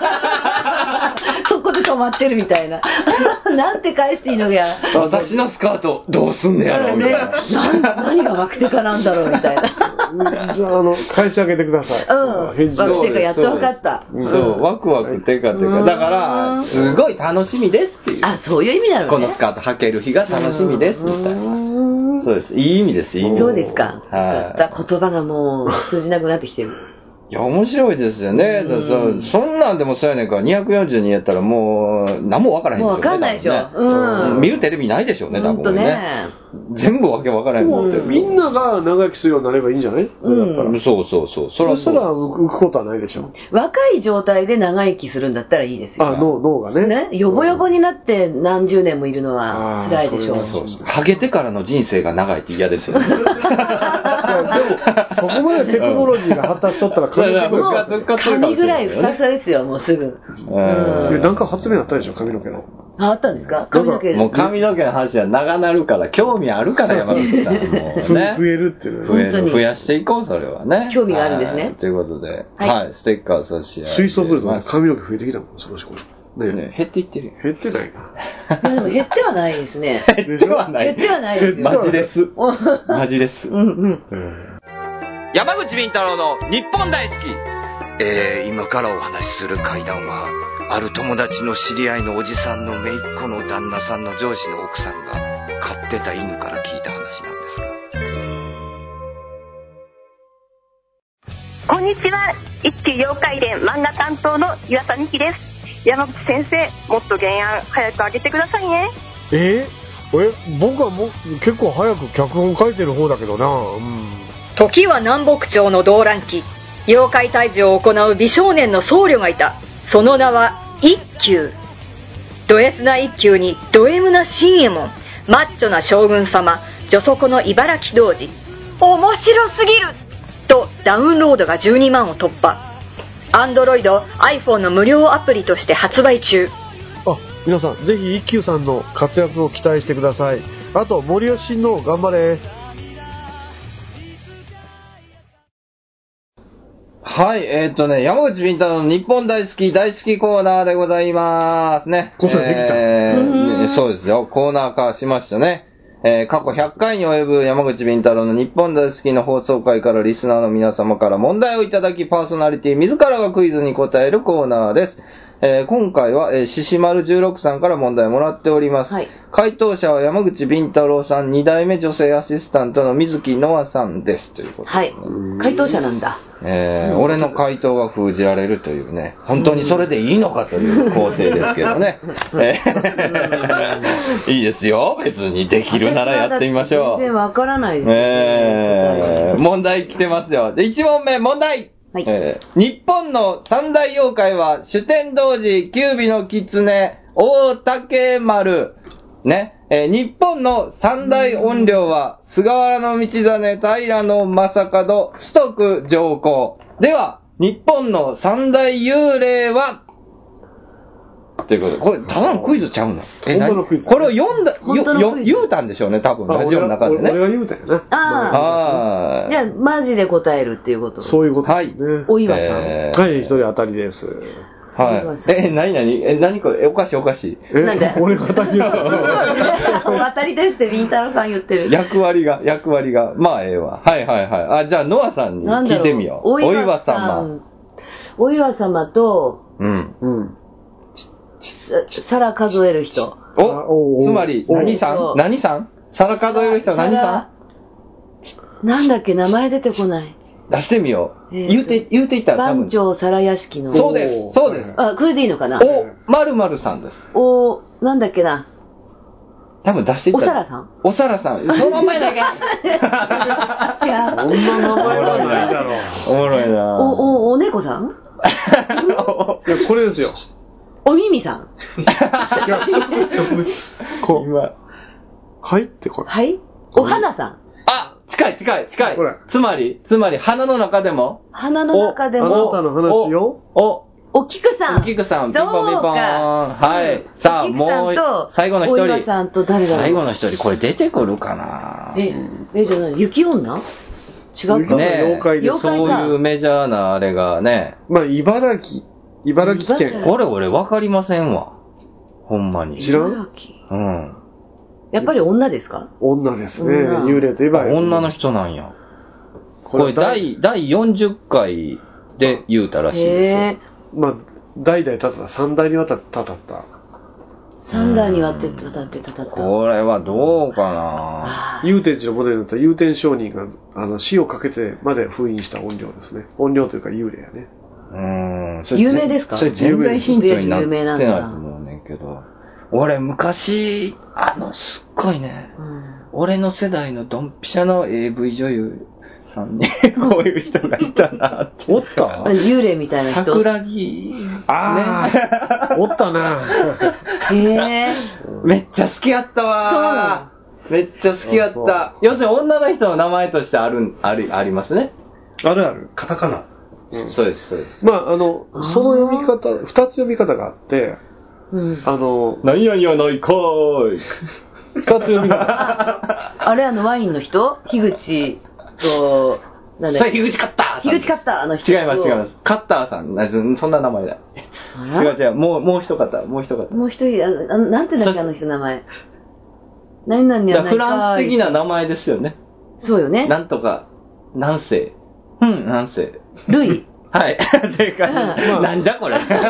そこで止まってるみたいな。なんて返していいのや。 私のスカートどうすんねやろみたいな。何がワクテカなんだろうみたいな。 じゃあ、あの、返してあげてください。 うん。返事ワクテカやっと分かった。 そう、ワクワクテカテカ。だから、すごい楽しみですっていう。 あ、そういう意味なのね。 このスカート履ける日が楽しみですみたいな。そうです。いい意味です、いい意味。 そうですか。はい。言葉がもう通じなくなってきてる。 いや、面白いですよね。だそ, そんなんでもそうやねんから、にひゃくよんじゅうにやったらもう、何も分からへんでしょうね。 もう分かんないでしょ。 ね、 うん。 見るテレビないでしょうね、多分ね。ね全部わけ分からへんもんって。 みんなが長生きするようになればいいんじゃない、 うん、 だったらそうそうそう。 そしたら浮くことはないでしょ。 若い状態で長生きするんだったらいいですよ。 あ、脳、脳がね。 ね。よぼよぼになって何十年もいるのは辛いでしょう。 そうそう。ハゲてからの人生が長いって嫌ですよね。でも、 そこまでテクノロジーが発達しとったら髪の毛髪ぐらいふさふさですよ、もうすぐ。 うん。なんか発明あったでしょ、髪の毛の。 あ、あったんですか？髪の毛。 もう髪の毛の話は長なるから、興味あるから山口さん。もうね。 増えるっていう増える。増やしていこう、それはね。 興味があるんですね。 ということで、はい、ステッカー差し上げます。 水素ブルと髪の毛増えてきたもん、少しこれ。 ね、減っていってるよ。 減ってないか。いやでも減ってはないですね。 減ってはない。 減ってはないですよ。 マジです。マジです。 うんうん。 山口敏太郎の日本大好き。 えー、今からお話しする怪談は、ある友達の知り合いのおじさんの姪っ子の旦那さんの上司の奥さんが飼ってた犬から聞いた話なんですが。こんにちは。一級妖怪伝漫画担当の岩佐美希です。山口先生、もっと原案早く上げてくださいね。 えー、え僕はもう結構早く脚本書いてる方だけどな、うん、 時は南北朝の動乱期、妖怪退治を行う美少年の僧侶がいた。その名は一休。ド S な一休にド M な新右衛門、マッチョな将軍様、女底の茨城童子。面白すぎるとダウンロードがじゅうにまんを突破。Android、iPhone の無料アプリとして発売中。 あ、皆さんぜひ一休さんの活躍を期待してください。あと森吉親王頑張れ。 はい、えー、っとね、山口敏太郎の日本大好き大好きコーナーでございますね。 これできた、 えーね、そうですよ、コーナー化しましたね。えー、過去ひゃっかいに及ぶ山口敏太郎の日本大好きの放送回からリスナーの皆様から問題をいただき、パーソナリティ自らがクイズに答えるコーナーです。えー、今回は、えー、ししまるじゅうろくさんから問題をもらっております。はい、回答者は山口敏太郎さん、に代目女性アシスタントの水木ノアさんです。ということで、ね。 はい。回答者なんだ。 えー、俺の回答が封じられるというね、本当にそれでいいのかという構成ですけどね。えー、いいですよ。別にできるならやってみましょう。 全然わからないです、 えー。問題来てますよ。で、いち問目、問題はい、えー、日本の三大妖怪は、酒呑童子、九尾の狐、大竹丸。ね。えー、日本の三大怨霊は、菅原道真、平将門、崇徳上皇。では、日本の三大幽霊は、ということで、これ、ただのクイズちゃうの？え、何？これを読んだ、よ、言うたんでしょうね、多分、ラジオの中でね。 俺が言うたよね。 ああ。じゃあ、マジで答えるっていうこと？ そういうことですね。 はい。お岩さん。 えー、はい、一人当たりです。 はい。え、なになにえ、なにこれえ、おかしいおかしい。 え、なんで俺が当たりだ。 当たりですって、ビンタロさん言ってる。 役割が、役割が。まあ、ええわ。はいはいはい。あ、じゃあ、ノアさんに聞いてみよう。お岩様。 お岩様と、 うん。うん。 皿数える人。 お、つまり、何さん何さん皿数える人何さんなんだっけ、名前出てこない。 出してみよう。言うて、言うていったら多分。 番長皿屋敷の。 そうです、そうです。 あ、これでいいのかな。 お、まるまるさんです。 お、なんだっけな。 多分出していったら。 お皿さんお皿さん。その前だけ。 いや、 そんな名前はないだろう。 おもろいな。 お、お、お猫さんいや、これですよ。 お耳さん。 いや、植物。こう。今。はいってこれ。 はい。お花さん。 あ、近い近い近い。これ。つまり、つまり鼻の中でも。 鼻の中でも。 あなたの話よ。 お。 お菊さん。 お菊さん。ピンポンピンポン。はい。さあ、もう、最後の一人。 お岩さんと誰だろう。 最後の一人、これ出てくるかなえ、え、じゃない、雪女違うかね。 妖怪です。 そういうメジャーなあれがね。 まあ、茨城。茨城県。 これ俺分かりませんわ。ほんまに。 知らん？ うん。 やっぱり女ですか？ 女ですね。幽霊といえば。 女の人なんや。これ第、第よんじゅっかいで言うたらしいですよ。 まあ、代々たった、さん代にわたったたった。 さんだいに割って渡ってたたった。 これはどうかな。 祐天寺のモデルだったら祐天上人があの死をかけてまで封印した音量ですね。音量というか幽霊やね。 うーん。 有名ですか？ それ全然ヒントになってないと思うねんけど。俺昔、あの、すっごいね、うん、俺の世代のドンピシャの エーブイ 女優さんにこういう人がいたなって。 おった幽霊みたいな人。 桜木。 ああ、ね、おったな。 へえ。 めっちゃ好きやったわ。めっちゃ好きやった。要するに女の人の名前としてある、ある、ありますね。 あるある。 カタカナ。 うん、そうです、そうです。 まあ、あの、その読み方、二つ読み方があって、うん、あの、 なんやいやないかーい。 二つ読み方。 あ, あれあのワインの人樋口と、 なんだっけ樋口カッター樋口カッターの人。 違います、違います。カッターさん、そんな名前だ。違う違う、もう、もう一方、もう一方。 もう一人、あなんていうんだっけ、あの人名前。何々やないかーい。 フランス的な名前ですよね。 そうよね。 なんとか、何世。うん、何世。 ルイ。 はい。正解。まあ、なんじゃこれ。このクイ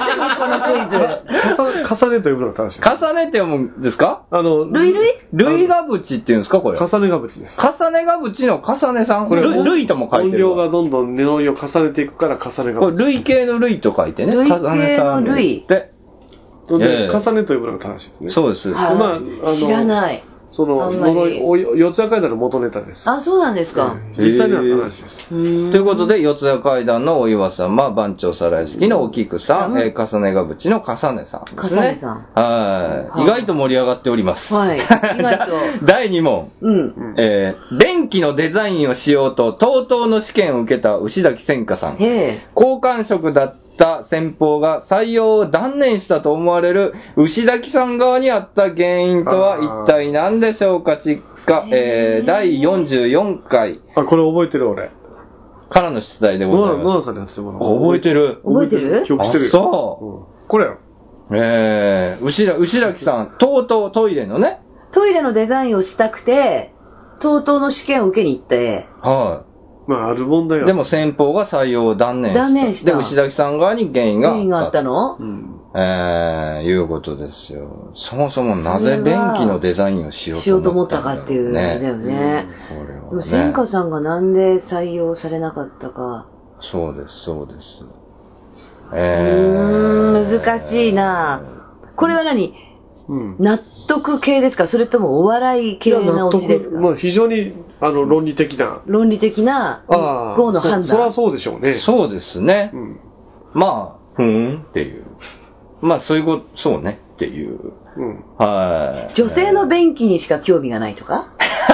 ズ。重ねと読むのが正しい。 重ねて読むんですか？ あの、 ルイルイルイガブチっていうんですかこれ。 重ねガブチです。 重ねガブチの重ねさん。これルイとも書いてる。 音量がどんどん布を重ねていくから重ねガブチ。 これルイ系のルイと書いてね。 ルイ系のルイ。 で、重ねと読むのが正しいですね。 そうです。 まあ、知らない。 その、四谷怪談の元ネタです。 あ、そうなんですか。 実際には話です。 ということで、四谷怪談のお岩様、番長皿屋敷のお菊さん、えー、重ねがぶちの重ねさんですね。 重ねさん。 はい。意外と盛り上がっております。 はい。意外と。 だいに問。 うん。 えー、便器のデザインをしようと、とうとうの試験を受けた牛崎千佳さん。好感触だったた先方が採用を断念したと思われる牛崎さん側にあった原因とは一体何でしょうか。ちっか、えー、だいよんじゅうよんかい。 あ、これ覚えてる俺。 からの出題でございます。 ノアさんにやってもらう。 覚えてる。 覚えてる？ 記憶してるよ。 あ、そう。 うん、これよ。 えー、牛崎さん、とうとうトイレのね。 トイレのデザインをしたくて、とうとうの試験を受けに行って。 はい。 まあ、ある問題よ。 でも先方が採用を断念した。 断念した。 で、牛崎さん側に原因があった。 原因があったの？ うん。 えー、いうことですよ。そもそもなぜ便器のデザインをしようと思ったんだろうね。しようと思ったかっていうね。だよね。 うん、これはね。 でも、千佳さんがなんで採用されなかったか。 そうです、そうです。 えー。うーん、難しいな。これは何？うん、納得系ですか？それともお笑い系なオチですか？ まあ、非常にあの論理的な論理的な号の判断。 そ, そりゃそうでしょうね。 そうですね、うん、まあふーんっていう、まあそういうこと、そうねっていう、うん、はい。 女性の便器にしか興味がないとか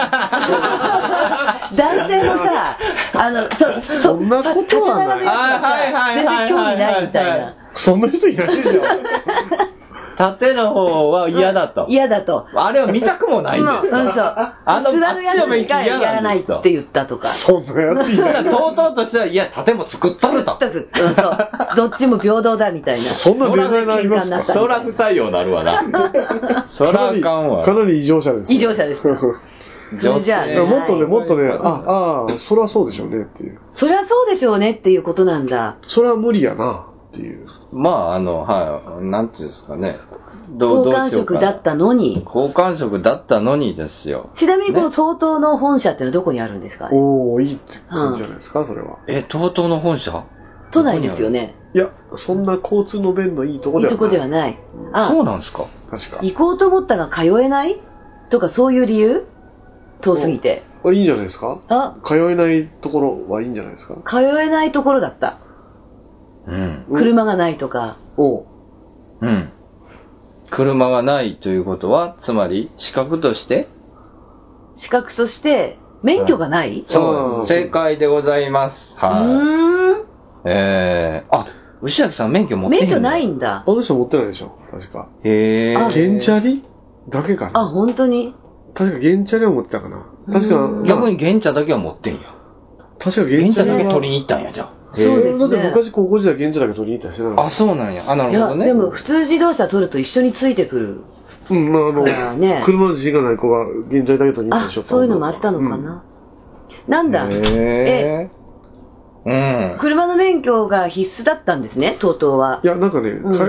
男性のさ、あのそそんなことはない。 全然興味ないみたいな。 そんな人いないでしょ。 縦の方は嫌だと。 嫌だと。 あれは見たくもないんですよ。 うん、そう。あの、座るやつしかやらないって言ったとか。 そんなやついない。 とうとうとしては、いや、縦も作ったると。 作ったく。うん、そう。どっちも平等だみたいな。 そんなデザイナーいますか？ そら不採用なるわな。そらあかんわ。 かなり異常者です。 異常者です。 女性。もっとね、もっとね、あ、あ、そりゃそうでしょうねっていう。 そりゃそうでしょうねっていうことなんだ。 それは無理やなっていう。 まあ、あの、はい、なんていうんですかね。 好感触だったのに。 好感触だったのにですよ。 ちなみにこの トートー の本社ってのはどこにあるんですか？ おー、いいって感じじゃないですか、それは。 え、トートー の本社？ 都内ですよね。 いや、そんな交通の便のいいとこではない。 いいとこではない。 あ、そうなんですか？ 確か。 行こうと思ったが通えないとかそういう理由？遠すぎて。 いいんじゃないですか？あ、通えないところはいいんじゃないですか？ 通えないところだった。 うん。 車がないとか。 おう。 うん。車がないということは、つまり資格として資格として免許がない、 うん、そうです。正解でございます。はい。うーん。えー、あ、牛崎さん免許持ってへんの？ 免許ないんだ。 あの人持ってないでしょ、確か。 へー。 ゲンチャリだけかな。 あ、本当に？ 確かゲンチャリは持ってたかな。確か。 逆にゲンチャだけは持ってんや。 確かゲンチャだけ取りに行ったんや、じゃあ。 そうですね。 だって昔高校時代ゲンチャだけ取りに行ったりしてなかった。 あ、そうなんや。あ、なるほどね。 いや、でも普通自動車取ると一緒についてくる。 うん、まああの、あね、車の自信がない子がゲンチャだけ取りに行ったりしょった。 そういうのもあったのかな。うん、なんだ。 へえ。うん。 車の免許が必須だったんですね、トートーは。 いや、なんかね、うん、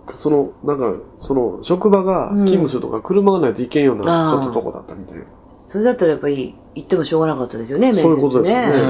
その、なんか、その、職場が勤務するとか、車がないといけんような、ちょっととこだったみたいな。 それだったらやっぱり、行ってもしょうがなかったですよね、面接ね。 そういうことですね。 うん。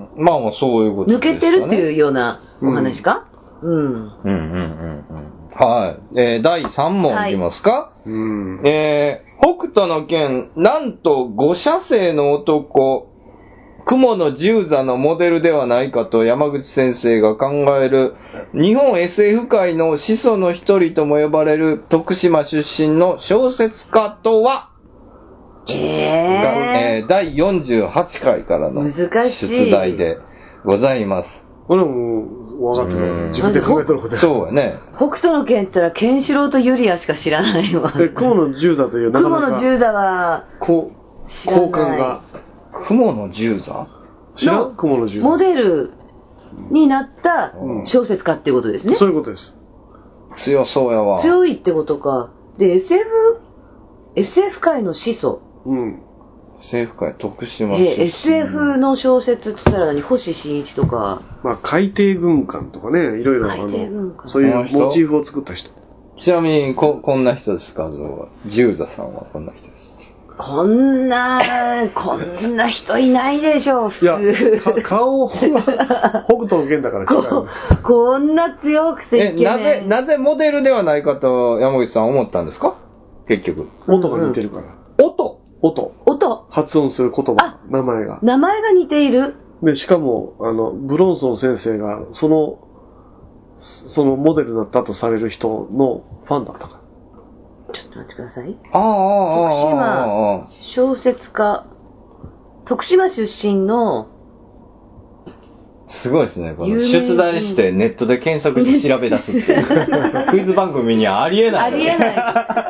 まあまあ、そういうことですね。 抜けてるっていうようなお話か、うん、うん。うんうんうんうんはい。えー、だいさん問いきますか、はい、うん、えー、北斗の拳、なんとご車生の男、雲の十座のモデルではないかと山口先生が考える日本 エスエフ 界の始祖の一人とも呼ばれる徳島出身の小説家とは、 えーえー、だいよんじゅうはちかいからの出題でございます。 これはもう分かってる。自分で考えてることです。 そうやね。 北斗の拳って言ったらケンシロウとユリアしか知らないわ。 雲の十座というなかなか雲の十座はこう交換が雲の十座知らん雲の十座モデルになった小説家っていうことですね、うん、 そういうことです。 強そうやわ。 強いってことか。で エスエフ エスエフ 界の始祖、 うん、 エスエフ 界徳島出身、えー、エスエフ の小説って言ったら何、星新一とか、 まあ海底軍艦とかね、いろいろあのそういうモチーフを作った人。 ちなみに こ, こんな人ですか、十座さんはこんな人です。 こんなこんな人いないでしょう普通。 いや顔は北斗の拳だから違うこ, こんな強くてイケメン。 えなぜなぜモデルではないかと山口さん思ったんですか。結局音が似てるから、 うん、音音音発音する言葉、名前が名前が似ている。 でしかもあのブロンソン先生がそのそのモデルになったとされる人のファンだったから。 ちょっと待ってください。 ああ徳島小説家、徳島出身のすごいですね。この出題してネットで検索して調べ出すっていうクイズ番組にはありえない。 ありえない。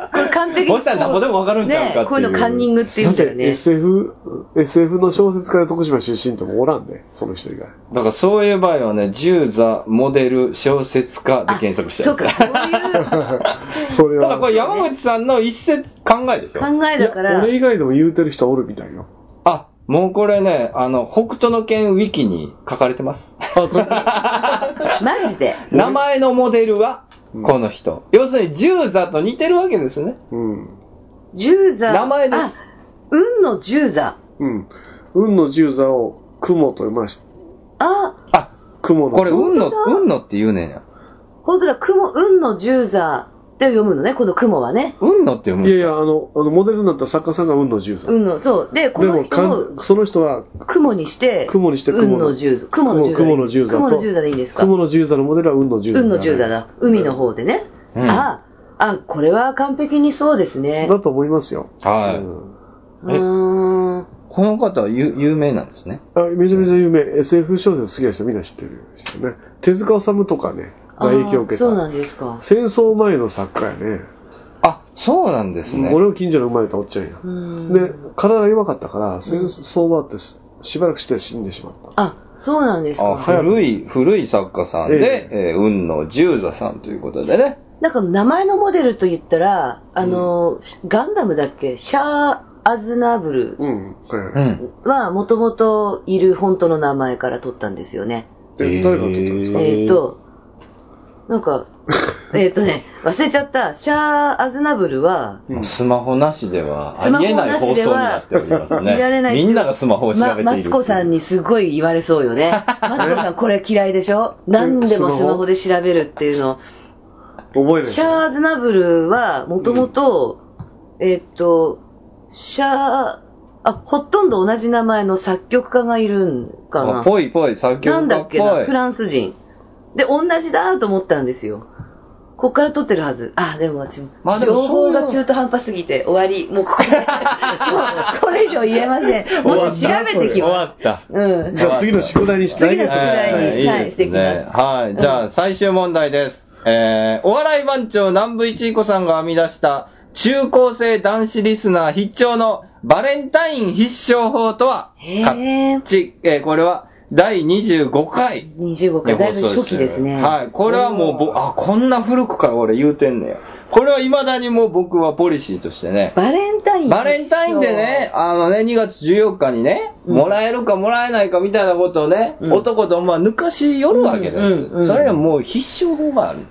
これ完璧にこうしたら何ぼでも分かるんちゃうかっていう、ね、 こういうのカンニングって言うんだよね。 エスエフ エスエフ の小説家で徳島出身ってもおらんね、その人以外。 だからそういう場合はね、十座モデル小説家で検索したいです。そうか、 そういうそれはただこれ山口さんの一説考えでしょ。 考えだから。 俺以外でも言うてる人おるみたいよ。 あ、もうこれね、あの、北斗の拳ウィキに書かれてます。 マジで名前のモデルはこの人。うん、要するに十座と似てるわけですね。 うん。 十座。 名前です。 あ、運の十座。 うん。運の十座を雲と読ましああ、 雲の。 これ運の、運のって言うねんや。 本当だ、雲、運の十座。って読むのね、この雲はね。 運のって読むんですか。いやいや、あの、あのモデルになった作家さんが運の十座。 運の、そう。で、この人もその人は雲にして、 雲にして雲の十座。雲の十座。 雲の十座。 雲の十座でいいですか。 雲の十座のモデルは運の十座。 運の十座だ。海の方でね。うん、ああ、これは完璧にそうですね。 だと思いますよ。 はい。うん、え、うんこの方は有有名なんですね。 あ、めちゃめちゃ有名。エスエフ 小説好きな人みんな知ってる人ね。手塚治虫とかね、影響を受けた。 そうなんですか。 戦争前の作家やね。 あ、そうなんですね。 俺を近所に生まれたおっちゃんや。で、体が弱かったから、戦争終わってしばらくして死んでしまった。 あ、そうなんですか。 あ、古い、古い作家さんで、えーえー、運の十座さんということでね。 なんか名前のモデルと言ったら、あの、うん、ガンダムだっけシャー・アズナブルはもともといる本当の名前から取ったんですよね。 えー、誰が取ったんですか。 えーと、なんか、えっとね、忘れちゃった。シャー・アズナブルは、 うん、スマホなしではありえない放送になっておりますね。 見られない。 みんながスマホを調べている、 ま。マツコさんにすごい言われそうよね。マツコさんこれ嫌いでしょ。何でもスマホで調べるっていうの。 覚えない。 シャー・アズナブルはもともと、えっと、シャー、あ、ほとんど同じ名前の作曲家がいるんかな。 ぽいぽい、作曲家っぽい。 なんだっけな、フランス人。で、同じだと思ったんですよ。こっから撮ってるはず。あ、でも私も、まあ、でも情報が中途半端すぎて終わり。もうここで、もうこれ以上言えません。もう調べてきます。 終わった。 うん。じゃあ次の宿題にしたい。 次の宿題にしたい、してきます。 はい。じゃあ最終問題です。えー、お笑い番長南部一彦さんが編み出した中高生男子リスナー必聴のバレンタイン必勝法とは、 へー。 ち、えー、これは、だいにじゅうごかい。 にじゅうごかい。だいぶ初期ですね。 はい。これはもう、あ、こんな古くから俺言うてんねや。これは未だにもう僕はポリシーとしてね。 バレンタインバレンタインでね、あのね、にがつじゅうよっかにね、うん、もらえるかもらえないかみたいなことをね、うん、男とまあ抜かし寄るわけです。うんうんうん、それはもう必勝法がある。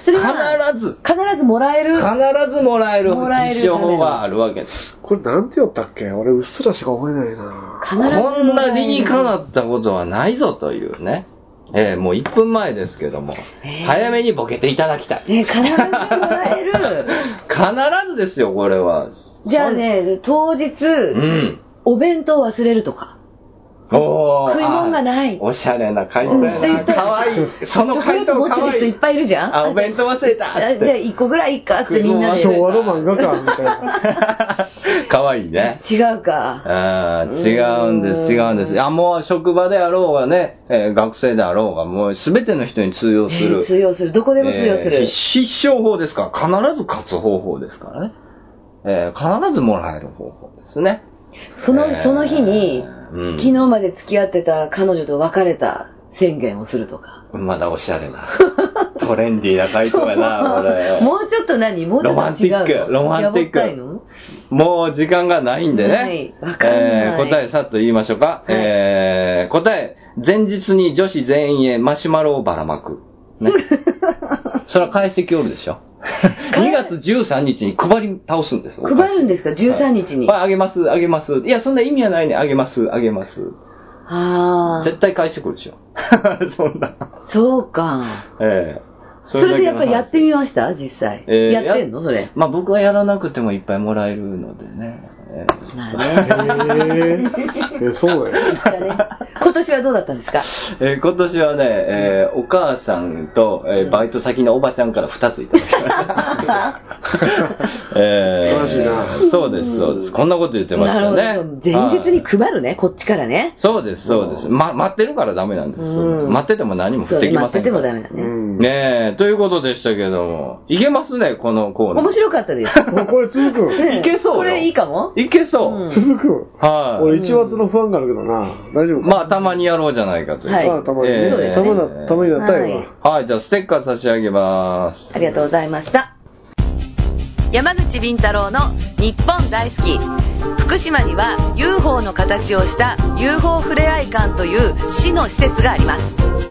それは必ず、 必ずもらえる。 必ずもらえるもらえる必勝法があるわけです。 これなんて言ったっけ？俺うっすらしか覚えないな。 必ずもらえる。 こんな理にかなったことはないぞというね。えー、もういっぷんまえですけども、えー、早めにボケていただきたい。 えー、必ずもらえる。 必ずですよ、これは。 じゃあね、当日、うん、お弁当忘れるとか。 お食い物がない。 おしゃれな回答やな。かわいい。その回答かわいい。 持ってる人いっぱいいるじゃん。 あ、お弁当忘れたって。 じゃあいっこぐらいいっかってみんなで。 昭和の漫画か、みたいな。 かわいいね。 違うか。 あ違うんです、違うんです。あ、もう職場であろうがね、えー、学生であろうが、もうすべての人に通用する。 えー、通用する。どこでも通用する。 えー、必勝法ですから、必ず勝つ方法ですからね。えー、必ずもらえる方法ですね。 その、えー、その日に、うん、昨日まで付き合ってた彼女と別れた宣言をするとか。 まだおしゃれな。トレンディーな回答やな、俺。 もうちょっと何もうちょっと違う。ロマンティック。ロマンティック。もう時間がないんでね。はい。 わかんない。 えー、答えさっと言いましょうか。はい、えー、答え。前日に女子全員へマシュマロをばらまく。ね。それは返してきおるでしょ。にがつじゅうさんにちに配り倒すんです。 配るんですか？じゅうさんにちに。 はい、あげます、あげます。いや、そんな意味はないね。あげます、あげます。 ああ。 絶対返してくるでしょ。そんな。 そうか。 ええー、それ, それでやっぱりやってみました実際。えー、やってんのそれ。 まあ僕はやらなくてもいっぱいもらえるのでね。 えー、まあね。 えー、そうだよ。 今年はどうだったんですか？ えー、今年はね、えー、お母さんと、えー、バイト先のおばちゃんからふたついただきました。えー、 素晴らしいな。 そうです、そうです。こんなこと言ってましたね。 なるほど。前日に配るね、こっちからね。 そうです、そうです。ま、待ってるからダメなんです。うん、待ってても何も降ってきませんから。 待っててもダメだね。うん、 ねえ、ということでしたけども、いけますね、このコーナー。 面白かったです。 これ続く。 いけそうよ。 これいいかもいけそう。 うん、 続く。 はい。 俺いちがつの不安があるけどな。大丈夫か？ まあ、たまにやろうじゃないかという。 はい。 あ、たまに。えー、たまに、たまにやったよ、 はい。はい、じゃあステッカー差し上げます。 ありがとうございました。山口敏太郎の日本大好き。福島には ユーフォー の形をした ユーフォー ふれあい館という市の施設があります。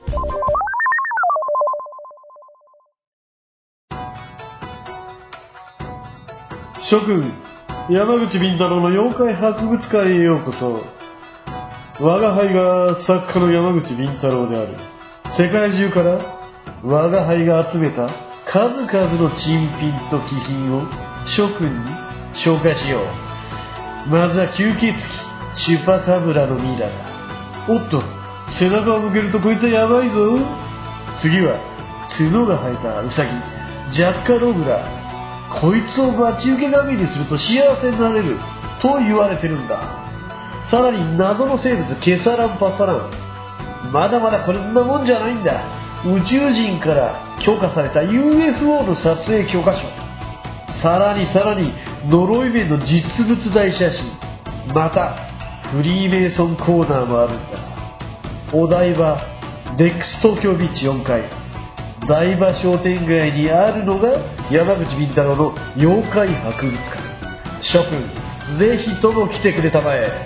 諸君、山口敏太郎の妖怪博物館へようこそ。我が輩が作家の山口敏太郎である。世界中から我が輩が集めた数々の珍品と奇品を諸君に紹介しよう。まずは吸血鬼チュパカブラのミイラだ。おっと、背中を向けるとこいつはヤバいぞ。次は角が生えたウサギジャッカログだ。こいつを待ち受け神にすると幸せになれると言われてるんだ。さらに謎の生物ケサランパサラン。まだまだこんなもんじゃないんだ。宇宙人から許可された ユーエフオー の撮影許可書。さらにさらに呪い面の実物大写真。またフリーメイソンコーナーもあるんだ。お台場デックス東京ビーチよんかい台場商店街にあるのが山口敏太郎の妖怪博物館。諸君ぜひとも来てくれたまえ。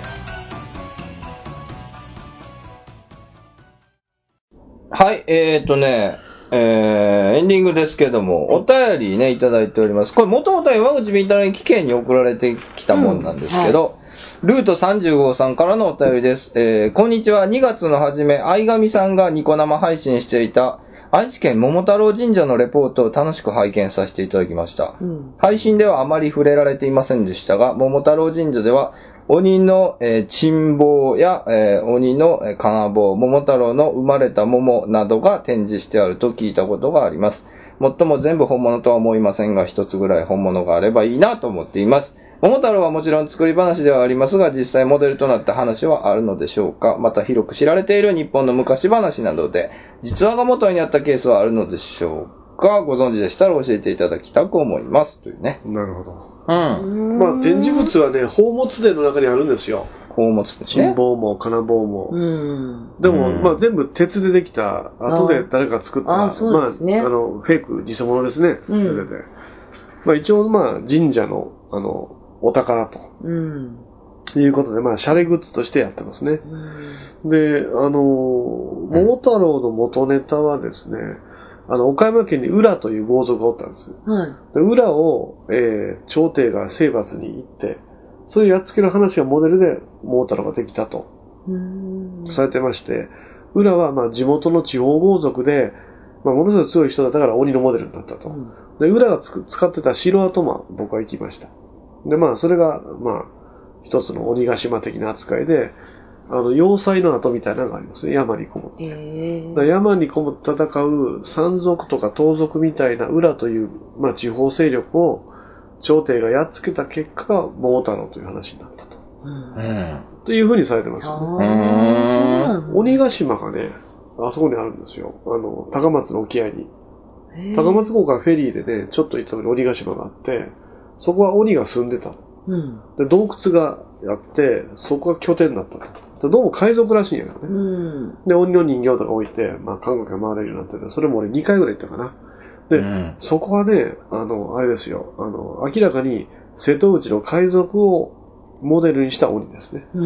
はい、えーとね、えー、エンディングですけども、お便りね、いただいております。これ、もともと山口敏太郎に期限に送られてきたもんなんですけど、うんはい、ルートさんじゅうごさんからのお便りです。えー、こんにちは。にがつの初め、相上さんがニコ生配信していた、愛知県桃太郎神社のレポートを楽しく拝見させていただきました。うん、配信ではあまり触れられていませんでしたが、桃太郎神社では、鬼の、えー、珍宝や、えー、鬼の、えー、金棒、桃太郎の生まれた桃などが展示してあると聞いたことがあります。もっとも全部本物とは思いませんが、一つぐらい本物があればいいなと思っています。桃太郎はもちろん作り話ではありますが、実際モデルとなった話はあるのでしょうか。また広く知られている日本の昔話などで、実話が元になったケースはあるのでしょうか。ご存知でしたら教えていただきたく思います。というね。 なるほど。 うん。 まあ、展示物はね、宝物殿の中にあるんですよ。 宝物ですね。 珍宝も金棒も。 うん。 でも、まあ全部鉄でできた、後で誰か作った、 ああそうですね、 まあ、あの、フェイク、偽物ですね。うん、それで。まあ一応、まあ神社の、あの、お宝と。うん。いうことで、まあ、シャレグッズとしてやってますね。うん、で、あの、桃太郎の元ネタはですね、 あの、岡山県に浦という豪族がおったんです。はい。で浦を、えー、朝廷が征伐に行って、そういうやっつける話がモデルで桃太郎ができたと、うーんされてまして、浦はまあ地元の地方豪族で、まあ、ものすごい強い人だったから鬼のモデルになったと。うん、で、浦がつく使ってた城跡も僕は行きました。で、まあ、それが、まあ、一つの鬼ヶ島的な扱いで、あの、要塞の跡みたいなのがありますね。山にこもって。えー、山にこもって戦う山賊とか盗賊みたいな浦という、まあ、地方勢力を朝廷がやっつけた結果が桃太郎という話になったと。うん、というふうにされてますよね。鬼ヶ島がね、あそこにあるんですよ。あの、高松の沖合に。高松港からフェリーでね、ちょっと行ったのに鬼ヶ島があって、そこは鬼が住んでた。うん、で洞窟があって、そこが拠点だったと。どうも海賊らしいんやけどね。うん、で、鬼の人形とか置いて、まあ、韓国が回れるようになってて、それも俺にかいぐらい行ったかな。で、うん、そこはね、あの、あれですよ。あの、明らかに瀬戸内の海賊をモデルにした鬼ですね。うん。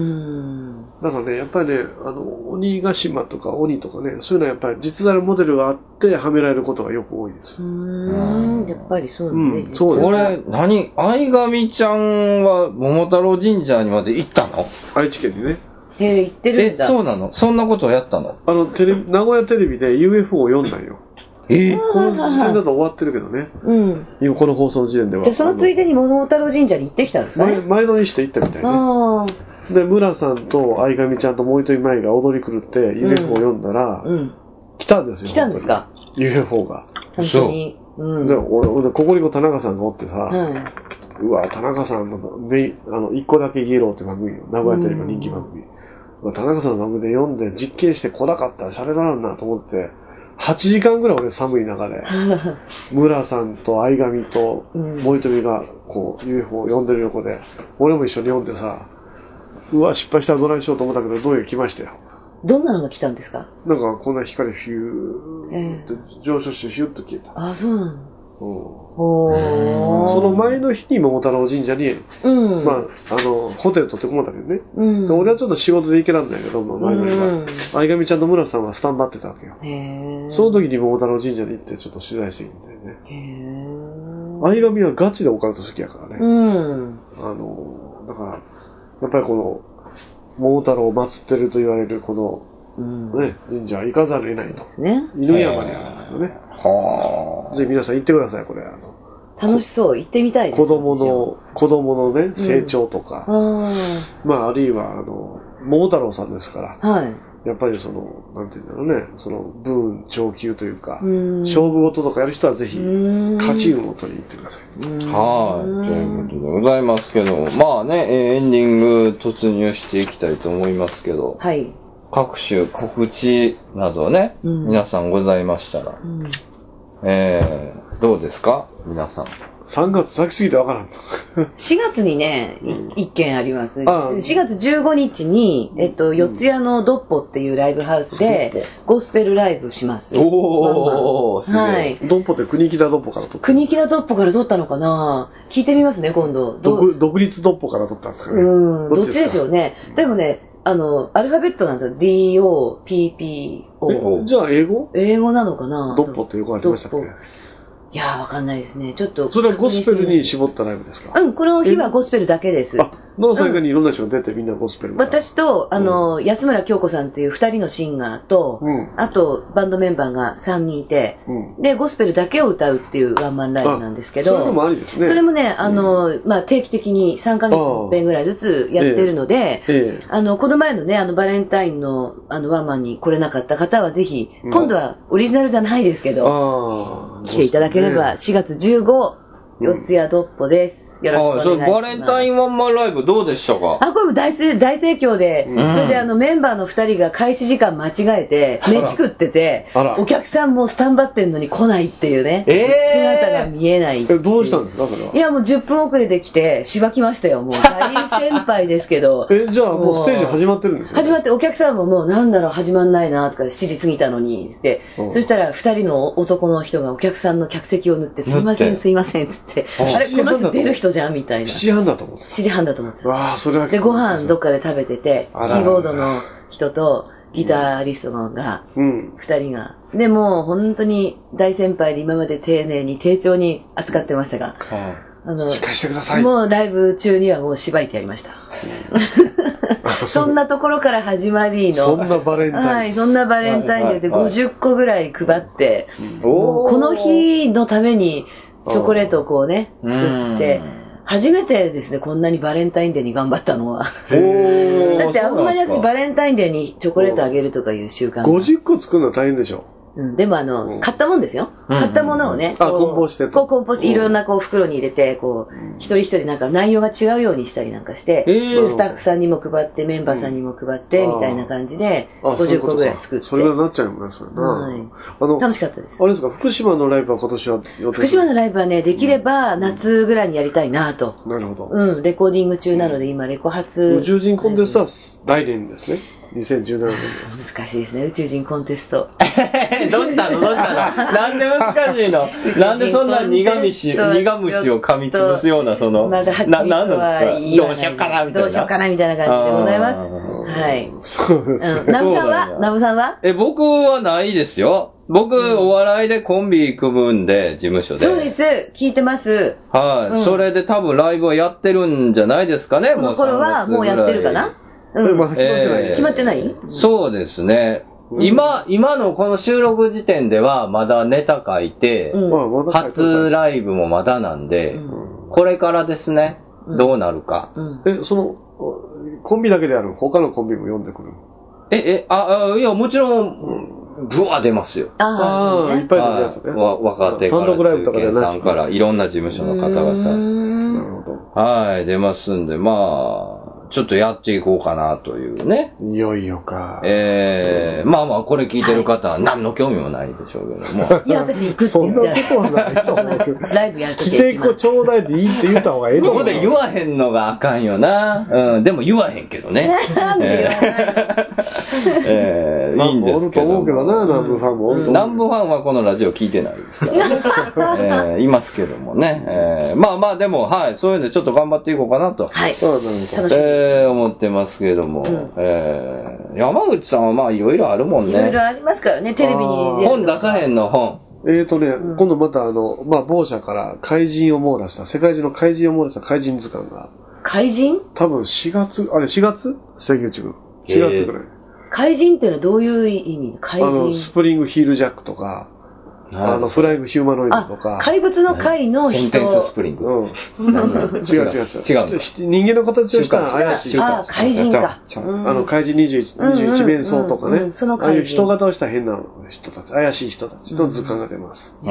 だからね、やっぱりね、あの、鬼ヶ島とか鬼とかね、そういうのはやっぱり実在のモデルがあってはめられることがよく多いです。 うーん、やっぱりそうなんですね。 そうです。これ、何相上ちゃんは桃太郎神社にまで行ったの？ 愛知県にね。 へえ、行ってるんだ。 え、そうなの？そんなことをやったの？ あの、テレビ、名古屋テレビで ユーエフオー を読んだんよ。えー、この時点だと終わってるけどね。うん。今この放送の時点では。 じゃあそのついでに桃太郎神社に行ってきたんですかね。 前、前乗りして行ったみたいね。あで、村さんと相上ちゃんともう一人前が踊り狂って ユーエフオー を読んだら、うん、来たんですよ。 来たんですかユーエフオー が。 本当に。 うん。で、俺、ココリコ田中さんがおってさ、うん、うわ、田中さんの、あの、一個だけイエローって番組よ。名古屋テレビの人気番組。うん、田中さんの番組で読んで実験して来なかったら喋らんなと思って、はちじかんぐらい俺寒い中で、村さんと相上と森富がこう ユーエフオー を読んでる横で、俺も一緒に読んでさ、うわ、失敗したらどないしようと思ったけど、どういう来ましたよ。 どんなのが来たんですか？ なんかこんな光フューって上昇してヒュッと消えた。 あ、そうなの。うん、 その前の日に桃太郎神社に、うん、まあ、あの、ホテル取ってこもったけどね。うん、俺はちょっと仕事で行けらんないけど、まあ、前の日は。相上ちゃんと村さんはスタンバってたわけよ。へその時に桃太郎神社に行ってちょっと取材してきてね。へ相上はガチでオカルト好きやからね。うん、あの、だから、やっぱりこの、桃太郎を祀ってると言われるこの、うんね、神社は行かざるを得ないと。ね。犬山にあるんですよね。はあ。ぜひ皆さん行ってください、これ。あの楽しそう、行ってみたいです。 子供の、子供のね、成長とか。うん、あまあ、あるいは、あの、桃太郎さんですから。はい。やっぱりその、なんていうんだろうね、その、武運上級というか、う勝負事とかやる人はぜひ、勝ち運を取りに行ってください。 はい。ということでございますけど、まあね、エンディング突入していきたいと思いますけど。はい。各種告知などね、うん、皆さんございましたら、うん、えー、どうですか皆さん。 さんがつ先すぎてわからん。 しがつにね、一件あります。しがつじゅうごにちに、えっと、四谷のドッポっていうライブハウスで、ゴスペルライブします。 おー、はい。ドッポって国木田ドッポから撮った。 国木田ドッポから撮ったのかな聞いてみますね、今度。 独, 独立ドッポから撮ったんですかね。 うん、どっちでしょうね。でもね、あの、アルファベットなんですよ。ディーオーピーピーオー。 じゃあ英語？ 英語なのかな？ ドッポって英語ありましたっけ？ いやー、わかんないですね。ちょっと。 それはゴスペルに絞ったライブですか？ うん、この日はゴスペルだけです。 あ、の最後にいろんな人が出てみんなゴスペル。 私と、あの、うん、安村京子さんっていう二人のシンガーと、うん、あと、バンドメンバーが三人いて、うん、で、ゴスペルだけを歌うっていうワンマンライブなんですけど、 それもありですね。 それもね、あの、まあ、定期的にさんかげつにいっぺんぐらいずつやってるので、えーえー、あの、この前のね、あの、バレンタインの、あの、ワンマンに来れなかった方はぜひ、今度はオリジナルじゃないですけど、来ていただければ、しがつじゅうご、四谷ドッポです。よろしくお願いします。 バレンタインワンマンライブどうでしたか？ あ、これも大盛大盛況で、うん、それであのメンバーのふたりが開始時間間違えて、飯食ってて、お客さんもスタンバってんのに来ないっていうね、えー、姿が見えないえ。どうしたんですかそれは？ いやもうじゅっぷん遅れで来て、しばきましたよ。もう大先輩ですけど。 え、じゃあもうステージ始まってるんですよ、ね？ 始まって、お客さんももうなんだろう始まんないなとかしちじ過ぎたのにって、うん、そしたらふたりの男の人がお客さんの客席を塗って、すいませんすいませんってって、あれこの人出る人じゃんみたいな。 しちじはんだと思って。 しちじはんだと思って。 わあ、それは。 で、ご飯どっかで食べてて、キーボードの人とギタリストが、 うん。 二人が。でも、本当に大先輩で今まで丁寧に、丁重に扱ってましたが、あの、 しっかりしてください。 もうライブ中にはもうしばいてやりました。そんなところから始まりの。 そんなバレンタイン。 はい、そんなバレンタインデーでごじゅっこぐらい配って、もうこの日のためにチョコレートをこうね、作って、初めてですね、こんなにバレンタインデーに頑張ったのは。だってあんまり私バレンタインデーにチョコレートあげるとかいう習慣が。 ごじゅっこ作るのは大変でしょ。 うん、でもあの、買ったもんですよ。買ったものをね、 あ、梱包してこう梱包していろんなこう袋に入れて、こう、一人一人なんか内容が違うようにしたりなんかして、スタッフさんにも配って、メンバーさんにも配って、みたいな感じで、ごじゅっこぐらい作って。 それがなっちゃうもんね、それな。 あの、楽しかったです。 あれですか、福島のライブは今年は予定？ 福島のライブはね、できれば夏ぐらいにやりたいなと。 なるほど。 うん、レコーディング中なので、今レコ発。 宇宙人コンテストは来年ですね。にせんじゅうななねんです。難しいですね、宇宙人コンテスト。 どうしたのどうしたのなんで難しいのなんでそんな苦虫、苦虫を噛みつぶすような、その、 まだはっきりとはな、なんなんですかどうしようかなみたいな。 どうしようかなみたいな感じでございます。はい。そうですね。ナブさんはナブさんはえ、僕はないですよ。僕、うん、お笑いでコンビ組むんで、事務所で。 そうです。聞いてます。 はい、うん。それで多分ライブはやってるんじゃないですかね、 この頃はもうやってるかなうん、 まだ決まってない、えー、 決まってない、 そうですね。うん、今、今のこの収録時点ではまだネタ書いて、うん、初ライブもまだなんで、うん、これからですね、うん、どうなるか。 うん、え、その、コンビだけでやる他のコンビも呼んでくるえ、え、あ、あいや、もちろん、ブワー出ますよ。 ああ、いっぱい出るやつね。 わ、若手から、 単独ライブとかじゃないさんから、いろんな事務所の方々。 なるほど。 はい、出ますんで、まあ、ちょっとやっていこうかなというね。 いよいよか。 えー、まあまあ、これ聞いてる方は何の興味もないでしょうけども。 いや、私行くって言って。 そんなことはないと思うけど。 ライブやるとき。 来ていこちょうだいでいいって言った方がええと思う。 ここで言わへんのがあかんよな。うん、でも言わへんけどね。 なんで言わないえー、いいんですけど。 おると思うけどな、南部ファンもおると思う。 南部ファンはこのラジオ聞いてないですから、ね。えー、いますけどもね。えー、まあまあ、でも、はい、そういうのでちょっと頑張っていこうかなと。 はい。 そうなんです。 えー、思ってますけれども、うん、えー、山口さんはまあいろいろあるもんね。いろいろありますからね、テレビに。 本出さへんの本。 えーとね、うん、今度またあの、まあ、某社から怪人を網羅した、世界中の怪人を網羅した怪人図鑑が。 怪人多分しがつ、あれしがつ関口君。しがつぐらい。 怪人っていうのはどういう意味怪人？あの、 スプリングヒールジャックとか、あの、フライングヒューマノイドとか。 怪物の怪の人。 センテンススプリング。 うん。違う違う違う。違う。人間の形をした怪しい。 あ、怪人か。 あの、怪人にじゅういち面相とかね。ああいう人型をした変な人たち、怪しい人たちの図鑑が出ます。 うん。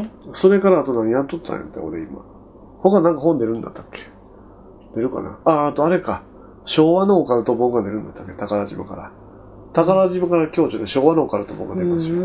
それからあと何やっとったんやった、俺今。他なんか本出るんだったっけ？出るかなあ、あとあれか。昭和のオカルト本が出るんだったっけ？宝島から。宝島から共著で昭和のオカルト本が出ますよ。 うん。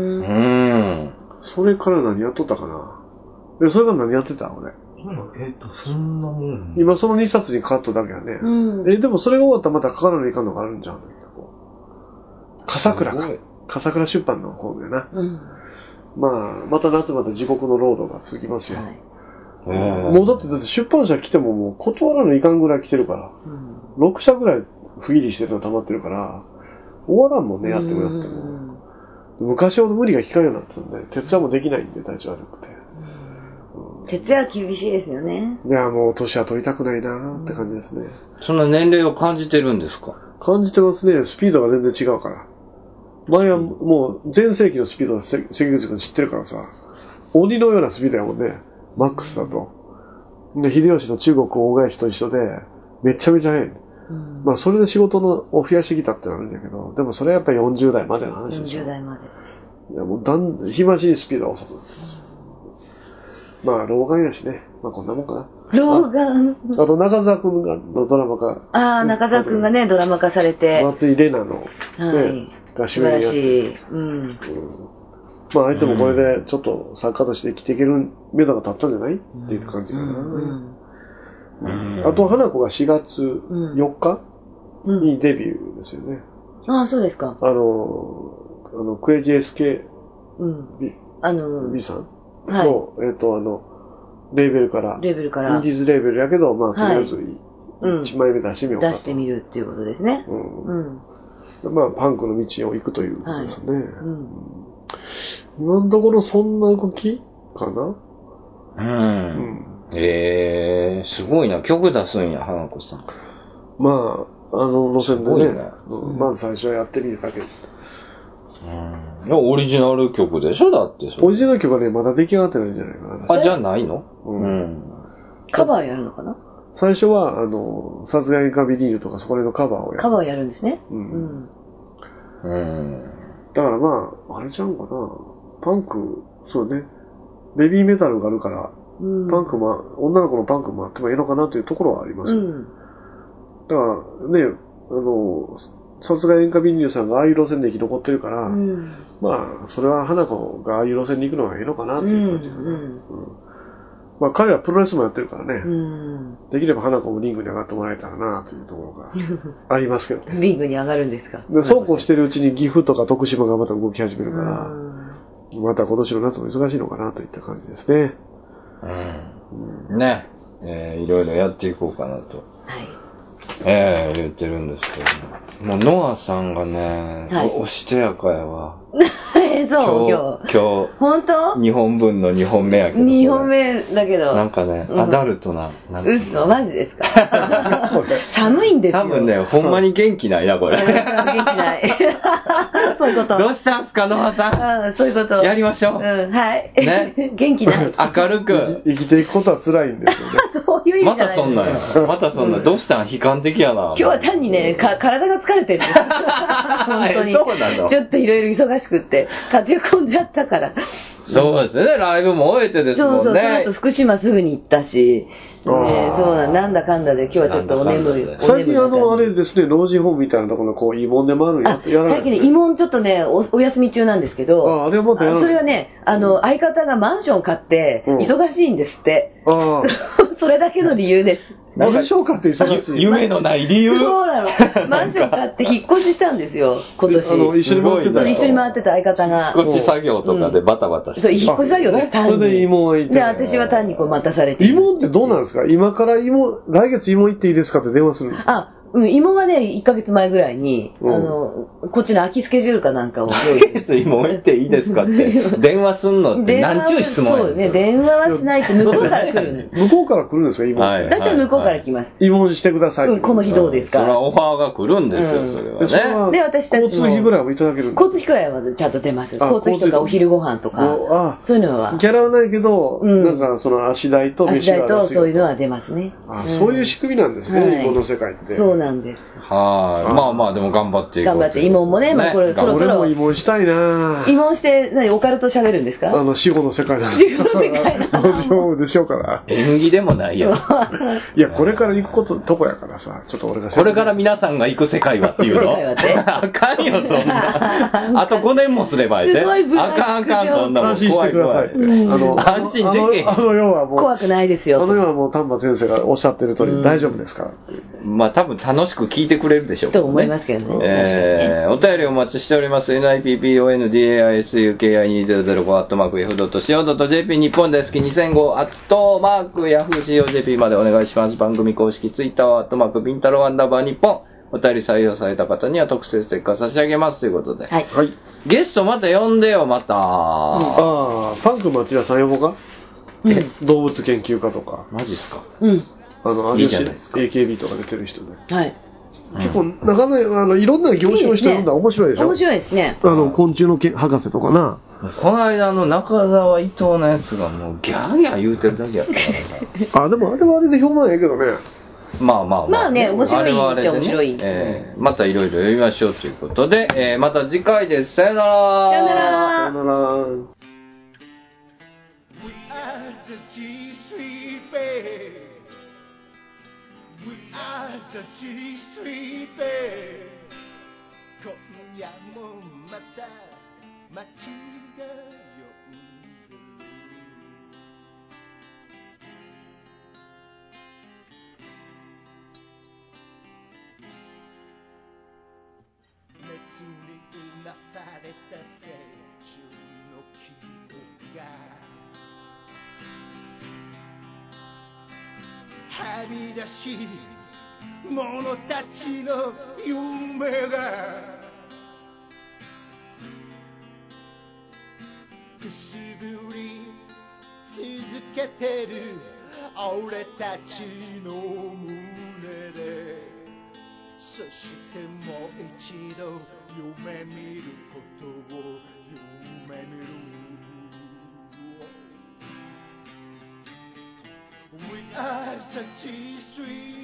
それから何やっとったかな。で、それから何やってた俺。 えっと、そんなもん。 今そのにさつにカットだけやね。 うん、 え、でもそれが終わったらまた書かないかんのがあるんじゃん。笠倉か。笠倉出版の本やな。 うん、 まあ、また夏まで地獄のロードが続きますよ。はい、もうだって、だって出版社来てももう断らないかんぐらい来てるから。うん、ろくしゃぐらい不義理してるの溜まってるから、終わらんもんね、やってもやっても。昔ほど無理が効かんようになったんで、徹夜もできないんで、体調悪くて。 うん、徹夜は厳しいですよね。 いや、もう年は取りたくないなーって感じですね、うん。 そんな年齢を感じてるんですか？ 感じてますね。スピードが全然違うから。前はもう全盛期のスピードは関口君知ってるからさ、鬼のようなスピードやもんね。マックスだと。で、秀吉の中国大返しと一緒で、めちゃめちゃ速い。うん、まあそれで仕事のを増やしてきたってのあるんだけど、でもそれはやっぱりよんじゅう代までの話でしょ。 よんじゅう代まで。 いやもうだん、日増しにスピードが遅くなってます。うん、まあ老眼やしね。まあこんなもんかな。 老眼あ, あと中澤くんがのドラマ化。 ああ、中澤くんがね、ドラマ化されて。 松井玲奈の、ね、 はい、 が主演やって。素晴らしい。うん。うん、まああいつもこれでちょっと作家として生きていける目処が立ったんじゃない、うん、っていう感じかな。うんうんうん、あと、花子がしがつよっかにデビューですよね。 うん、ああ、そうですか。 あの、あの、クレイジー エスケー、うん、B、 あの、 B さんの、 はい、 えっ、ー、と、あの、レーベルから、 レーベルから、 インディーズレーベルやけど、まあ、とりあえず、いちまいめ出してみようかと、 出してみるっていうことですね。 うん。うん、 まあ、パンクの道を行くということですね。はい、うん、今のところそんな動きかな。 うん。うん、えー、すごいな。曲出すんや、花子さん。 まあ、あの路線でね、うん、まず最初はやってみるだけです。 うん、オリジナル曲でしょだって。 オリジナル曲はね、まだ出来上がってないんじゃないかな。 あ、じゃあないの？うん。うん、カバーやるのかな？ 最初は、あの、殺害カビニールとかそこら辺のカバーをやる。 カバーをやるんですね。 うん。うん。だからまあ、あれちゃうかな。パンク、そうね。ベビーメタルがあるから、うん、パンクも、女の子のパンクもあってもいいのかなというところはあります。うん、だからね、あの、殺害塩化ビニールさんがああいう路線で生き残ってるから、うん、まあ、それは花子がああいう路線に行くのがいいのかなっていう感じかな。うんうん、まあ、彼はプロレスもやってるからね、うん、できれば花子もリングに上がってもらえたらなというところがありますけどね。 リングに上がるんですか？ で、そうこうしてるうちに岐阜とか徳島がまた動き始めるから、うん、また今年の夏も忙しいのかなといった感じですね。 うん。うん、ね、えー、いろいろやっていこうかなと。はい。ええー、言ってるんですけども。もう、ノアさんがね、はい、おしとやかやわ。 えー、そう、今日。 今日。 本当？ にほんぶんのにほんめやけど。 にほんめだけど。 なんかね、うん、アダルトな。 なんか嘘、マジですか？寒いんですよ。 多分ね、ほんまに元気ないな、これ。 元気ない。そういうこと。 どうしたんすか、ノアさん。うん、そういうこと。 やりましょう。 うん、はい。 ね。 元気ない。 明るく。 生きていくことは辛いんですよね。 そういう意味じゃない。 またそんなや。またそんな、どうしたん悲観的やな。 今日は単にね、か体が疲れてるんです。本当に。 そうなの。 ちょっといろいろ忙しくって、立て込んじゃったから。 そうですね、ライブも終えてですもんね。 そうそう、その後福島すぐに行ったし、ね、そうなん、なんだかんだで今日はちょっとお眠い。 最近あの、あれですね、老人ホームみたいなところのこう、慰問でもあるんややらない。 最近ね、慰問ちょっとねお、お休み中なんですけど、 ああれはまたやらない。 それはね、あの、相方がマンション買って、忙しいんですって。あそれだけの理由です。 マンション買って忙しい。 夢のない理由。 そうなの。マンション買って引っ越ししたんですよ、今年。あの、 一緒に回ってた。 一緒に回ってた相方が。 引っ越し作業とかでバタバタして。 そう、引っ越し作業ね、単に。 それで慰問行って。 で、私は単にこう待たされて。 慰問ってどうなんですか？今から慰問、来月慰問行っていいですかって電話するんですか？ あ、うん、今はね、いっかげつまえぐらいに、うん、あの、こっちの空きスケジュールかなんかを。 来月慰問行っていいですかって、電話すんのって何ちゅう質問やそうね、電話はしないと向こうから来る向こうから来るんですか、慰問。 はい。だいたい向こうから来ます。 慰問してください。 うん、この日どうですか。 それはオファーが来るんですよ、それはね。 で、私たちも。 交通費ぐらいもいただけるんですか？ 交通費ぐらいはちゃんと出ます。交通費とかお昼ご飯とか。そういうのは。 ギャラはないけど、なんかその足代と飯代とそういうのは出ますね。 あ、そういう仕組みなんですね、慰問の世界って。 そうなんです。 はい。まあまあ、でも頑張っていこう。 頑張って、慰問もね、まあこれ、そろそろ。 俺も慰問したいな慰問して、何、オカルト喋るんですか？ あの、死後の世界なんです。 死後の世界なんです。 そうでしょうから。 縁起でもないよ。 いや、これから行くこと、とこやからさ、ちょっと俺が。 これから皆さんが行く世界はっていうの？あかんよ、そんな。あとごねんもすればいいね。あかんあかん、そんなもん。 安心してください。 あの、安心できへん。 あの世はもう。 怖くないですよ。 あの世はもう丹波先生がおっしゃってる通り大丈夫ですから。 まあ多分楽しく聞いてくれるでしょう。 と思いますけどね。 えー、お便りお待ちしております。エヌアイピーピーオーエヌディーエーアイエスユーケーアイにせんご アットマークヤフードットシーオードットジェーピー 日本大好きにせんごアットマークヤフー シーオージェーピー までお願いします。番組公式ツイッターはアットマークビンタローアンダーバー日本。お便り採用された方には特製ステッカー差し上げますということで。 はい。 ゲストまた呼んでよ、また。うん、 ああ、パンク町田さん呼ぼうか、うん、動物研究家とか。 マジっすか？ うん。 あの、 いいじゃないですか。 エーケービー とか出てる人で。 はい。 結構、なかなか、あの、いろんな業種の人呼んだら面白いでしょ？ 面白いですね。 あの、昆虫の博士とかな。 この間の中澤伊藤のやつがもうギャーギャー言うてるだけやったからさ。あ、でもあれはあれで評判ええけどね。 まあまあまあ。 まあね、面白いっちゃ面白い。 えー、またいろいろ読みましょうということで、えー、また次回です。さよなら。 さよなら。 さよなら。 今夜もまた街が酔う熱にうなされた青春の記憶がはみ出し者たちの夢がくすぶり続けてる俺たちの胸で、そしてもう一度夢見ることを夢見る。 We are thirty-three